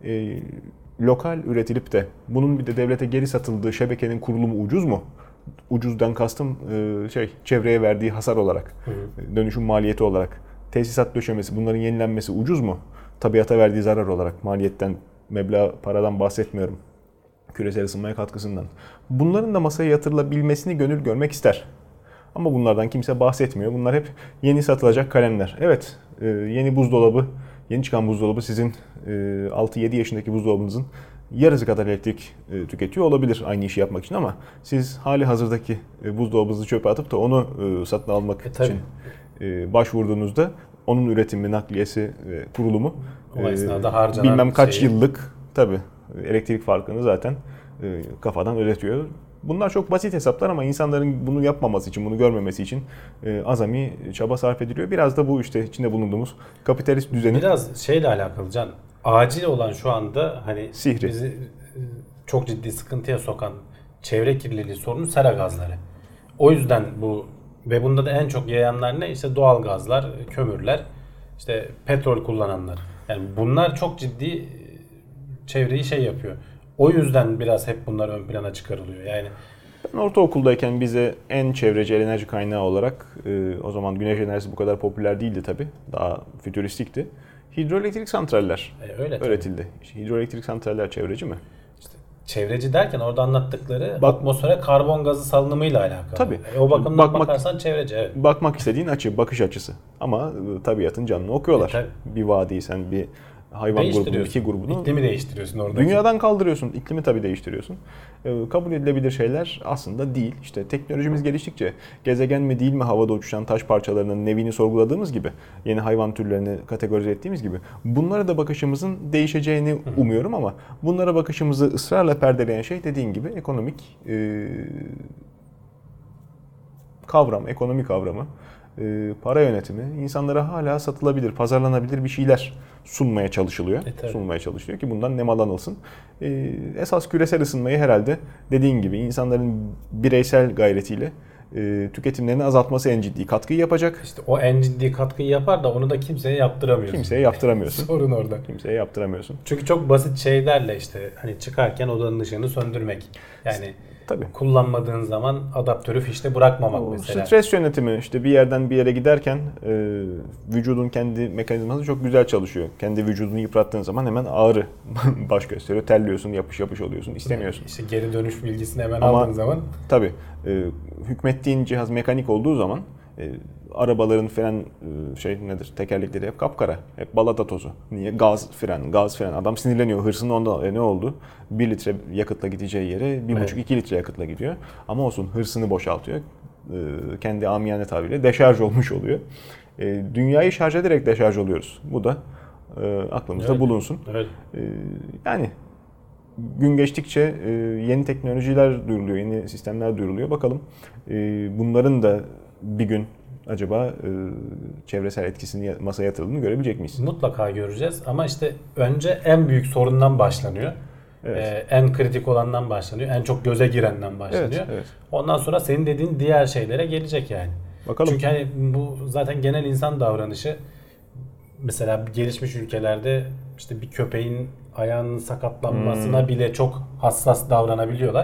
lokal üretilip de bunun bir de devlete geri satıldığı şebekenin kurulumu ucuz mu? Ucuzdan kastım çevreye verdiği hasar olarak, dönüşüm maliyeti olarak, tesisat döşemesi, bunların yenilenmesi ucuz mu? Tabiata verdiği zarar olarak, maliyetten, meblağ paradan bahsetmiyorum. Küresel ısınmaya katkısından. Bunların da masaya yatırılabilmesini gönül görmek ister. Ama bunlardan kimse bahsetmiyor. Bunlar hep yeni satılacak kalemler. Evet, yeni buzdolabı, yeni çıkan buzdolabı sizin 6-7 yaşındaki buzdolabınızın yarısı kadar elektrik tüketiyor olabilir aynı işi yapmak için ama siz hali hazırdaki buzdolabınızı çöpe atıp da onu satın almak için başvurduğunuzda onun üretimi, nakliyesi, kurulumu o esnada harcanan bilmem kaç yıllık tabii elektrik farkını zaten kafadan ödetiyor. Bunlar çok basit hesaplar ama insanların bunu yapmaması için, bunu görmemesi için azami çaba sarf ediliyor. Biraz da bu işte içinde bulunduğumuz kapitalist düzenin biraz şeyle alakalı Can. Acil olan şu anda hani sihri. Bizi çok ciddi sıkıntıya sokan çevre kirliliği sorunu sera gazları. O yüzden bu ve bunda da en çok yayanlar ne? İşte doğal gazlar, kömürler, işte petrol kullananlar. Yani bunlar çok ciddi çevreyi yapıyor. O yüzden biraz hep bunlar ön plana çıkarılıyor. Yani ben ortaokuldayken bize en çevrecil enerji kaynağı olarak o zaman güneş enerjisi bu kadar popüler değildi tabii. Daha fütüristikti. Hidroelektrik santraller öğretildi. İşte hidroelektrik santraller çevreci mi? İşte çevreci derken orada anlattıkları atmosfere karbon gazı salınımıyla alakalı. Tabii. O bakımdan bakarsan çevreci. Evet. Bakmak istediğin açı, bakış açısı. Ama tabiatın canını okuyorlar. Bir vadiyi sen bir hayvan grubunu, iki grubunu. İklimi değiştiriyorsun orada. Dünyadan kaldırıyorsun. İklimi tabii değiştiriyorsun. Kabul edilebilir şeyler aslında değil. İşte teknolojimiz geliştikçe gezegen mi değil mi havada uçuşan taş parçalarının nevini sorguladığımız gibi, yeni hayvan türlerini kategorize ettiğimiz gibi bunlara da bakışımızın değişeceğini umuyorum ama bunlara bakışımızı ısrarla perdeleyen şey dediğin gibi ekonomik kavram, ekonomi kavramı. Para yönetimi, insanlara hala satılabilir, pazarlanabilir bir şeyler sunmaya çalışılıyor. Sunmaya çalışılıyor ki bundan nemalanılsın. Esas küresel ısınmayı herhalde dediğin gibi insanların bireysel gayretiyle tüketimlerini azaltması en ciddi katkıyı yapacak. İşte o en ciddi katkıyı yapar da onu da kimseye yaptıramıyorsun. Kimseye yaptıramıyorsun. Sorun orada. Kimseye yaptıramıyorsun. Çünkü çok basit şeylerle işte hani çıkarken odanın ışığını söndürmek. Yani tabii. Kullanmadığın zaman adaptörü fişte bırakmamak mesela. Stres yönetimi işte bir yerden bir yere giderken vücudun kendi mekanizması çok güzel çalışıyor. Kendi vücudunu yıprattığın zaman hemen ağrı baş gösteriyor. Terliyorsun, yapış yapış oluyorsun, istemiyorsun. İşte geri dönüş bilgisini hemen aldığın zaman. Tabii. Hükmettiğin cihaz mekanik olduğu zaman arabaların fren tekerlekleri hep kapkara. Hep balata tozu. Niye? Gaz fren. Adam sinirleniyor. Hırsının ondan. Ne oldu? 1 litre yakıtla gideceği yere 1,5-2 litre yakıtla gidiyor. Ama olsun hırsını boşaltıyor. Kendi amiyane tabiriyle deşarj olmuş oluyor. Dünyayı şarj ederek deşarj oluyoruz. Bu da aklımızda bulunsun. Evet. Yani gün geçtikçe yeni teknolojiler duyuruluyor, yeni sistemler duyuruluyor. Bakalım bunların da bir gün acaba çevresel etkisini masaya yatırıldığını görebilecek miyiz? Mutlaka göreceğiz ama işte önce en büyük sorundan başlanıyor. Evet. En kritik olandan başlanıyor. En çok göze girenden başlanıyor. Evet. Ondan sonra senin dediğin diğer şeylere gelecek yani. Bakalım. Çünkü hani bu zaten genel insan davranışı. Mesela gelişmiş ülkelerde işte bir köpeğin ayağının sakatlanmasına bile çok hassas davranabiliyorlar.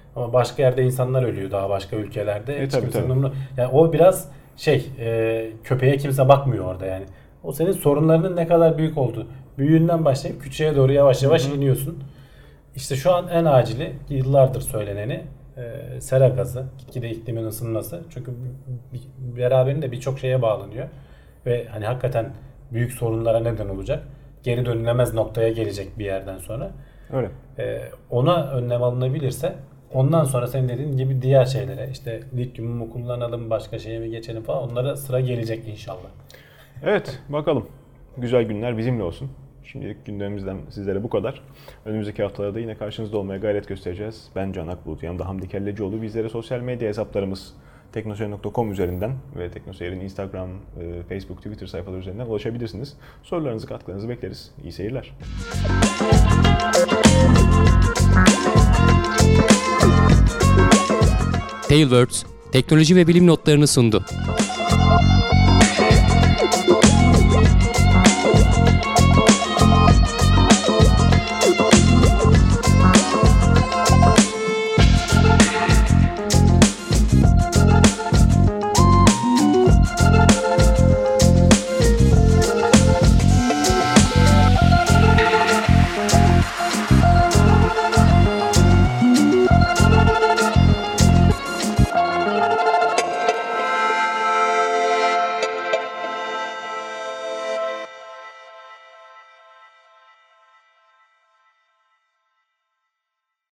Ama başka yerde insanlar ölüyor, daha başka ülkelerde. Hiç Tabii, kimsenin tabii. yani o biraz köpeğe kimse bakmıyor orada yani. O senin sorunlarının ne kadar büyük olduğu. Büyüğünden başlayıp küçüğe doğru yavaş yavaş iniyorsun. İşte şu an en acili, yıllardır söyleneni sera gazı, gitgide iklimin ısınması. Çünkü beraberinde birçok şeye bağlanıyor. Ve hani hakikaten büyük sorunlara neden olacak. Geri dönülemez noktaya gelecek bir yerden sonra. Öyle. Ona önlem alınabilirse ondan sonra senin dediğin gibi diğer şeylere, işte lityumu mu kullanalım, başka şeye mi geçelim falan, onlara sıra gelecek inşallah. Evet, bakalım. Güzel günler bizimle olsun. Şimdilik gündemimizden sizlere bu kadar. Önümüzdeki haftalarda yine karşınızda olmaya gayret göstereceğiz. Ben Can Akbulut, yanımda Hamdi Kellecioğlu. Bizlere sosyal medya hesaplarımız teknoseyir.com üzerinden ve Teknoseyir'in Instagram, Facebook, Twitter sayfaları üzerinden ulaşabilirsiniz. Sorularınızı, katkılarınızı bekleriz. İyi seyirler. Tailwords, teknoloji ve bilim notlarını sundu.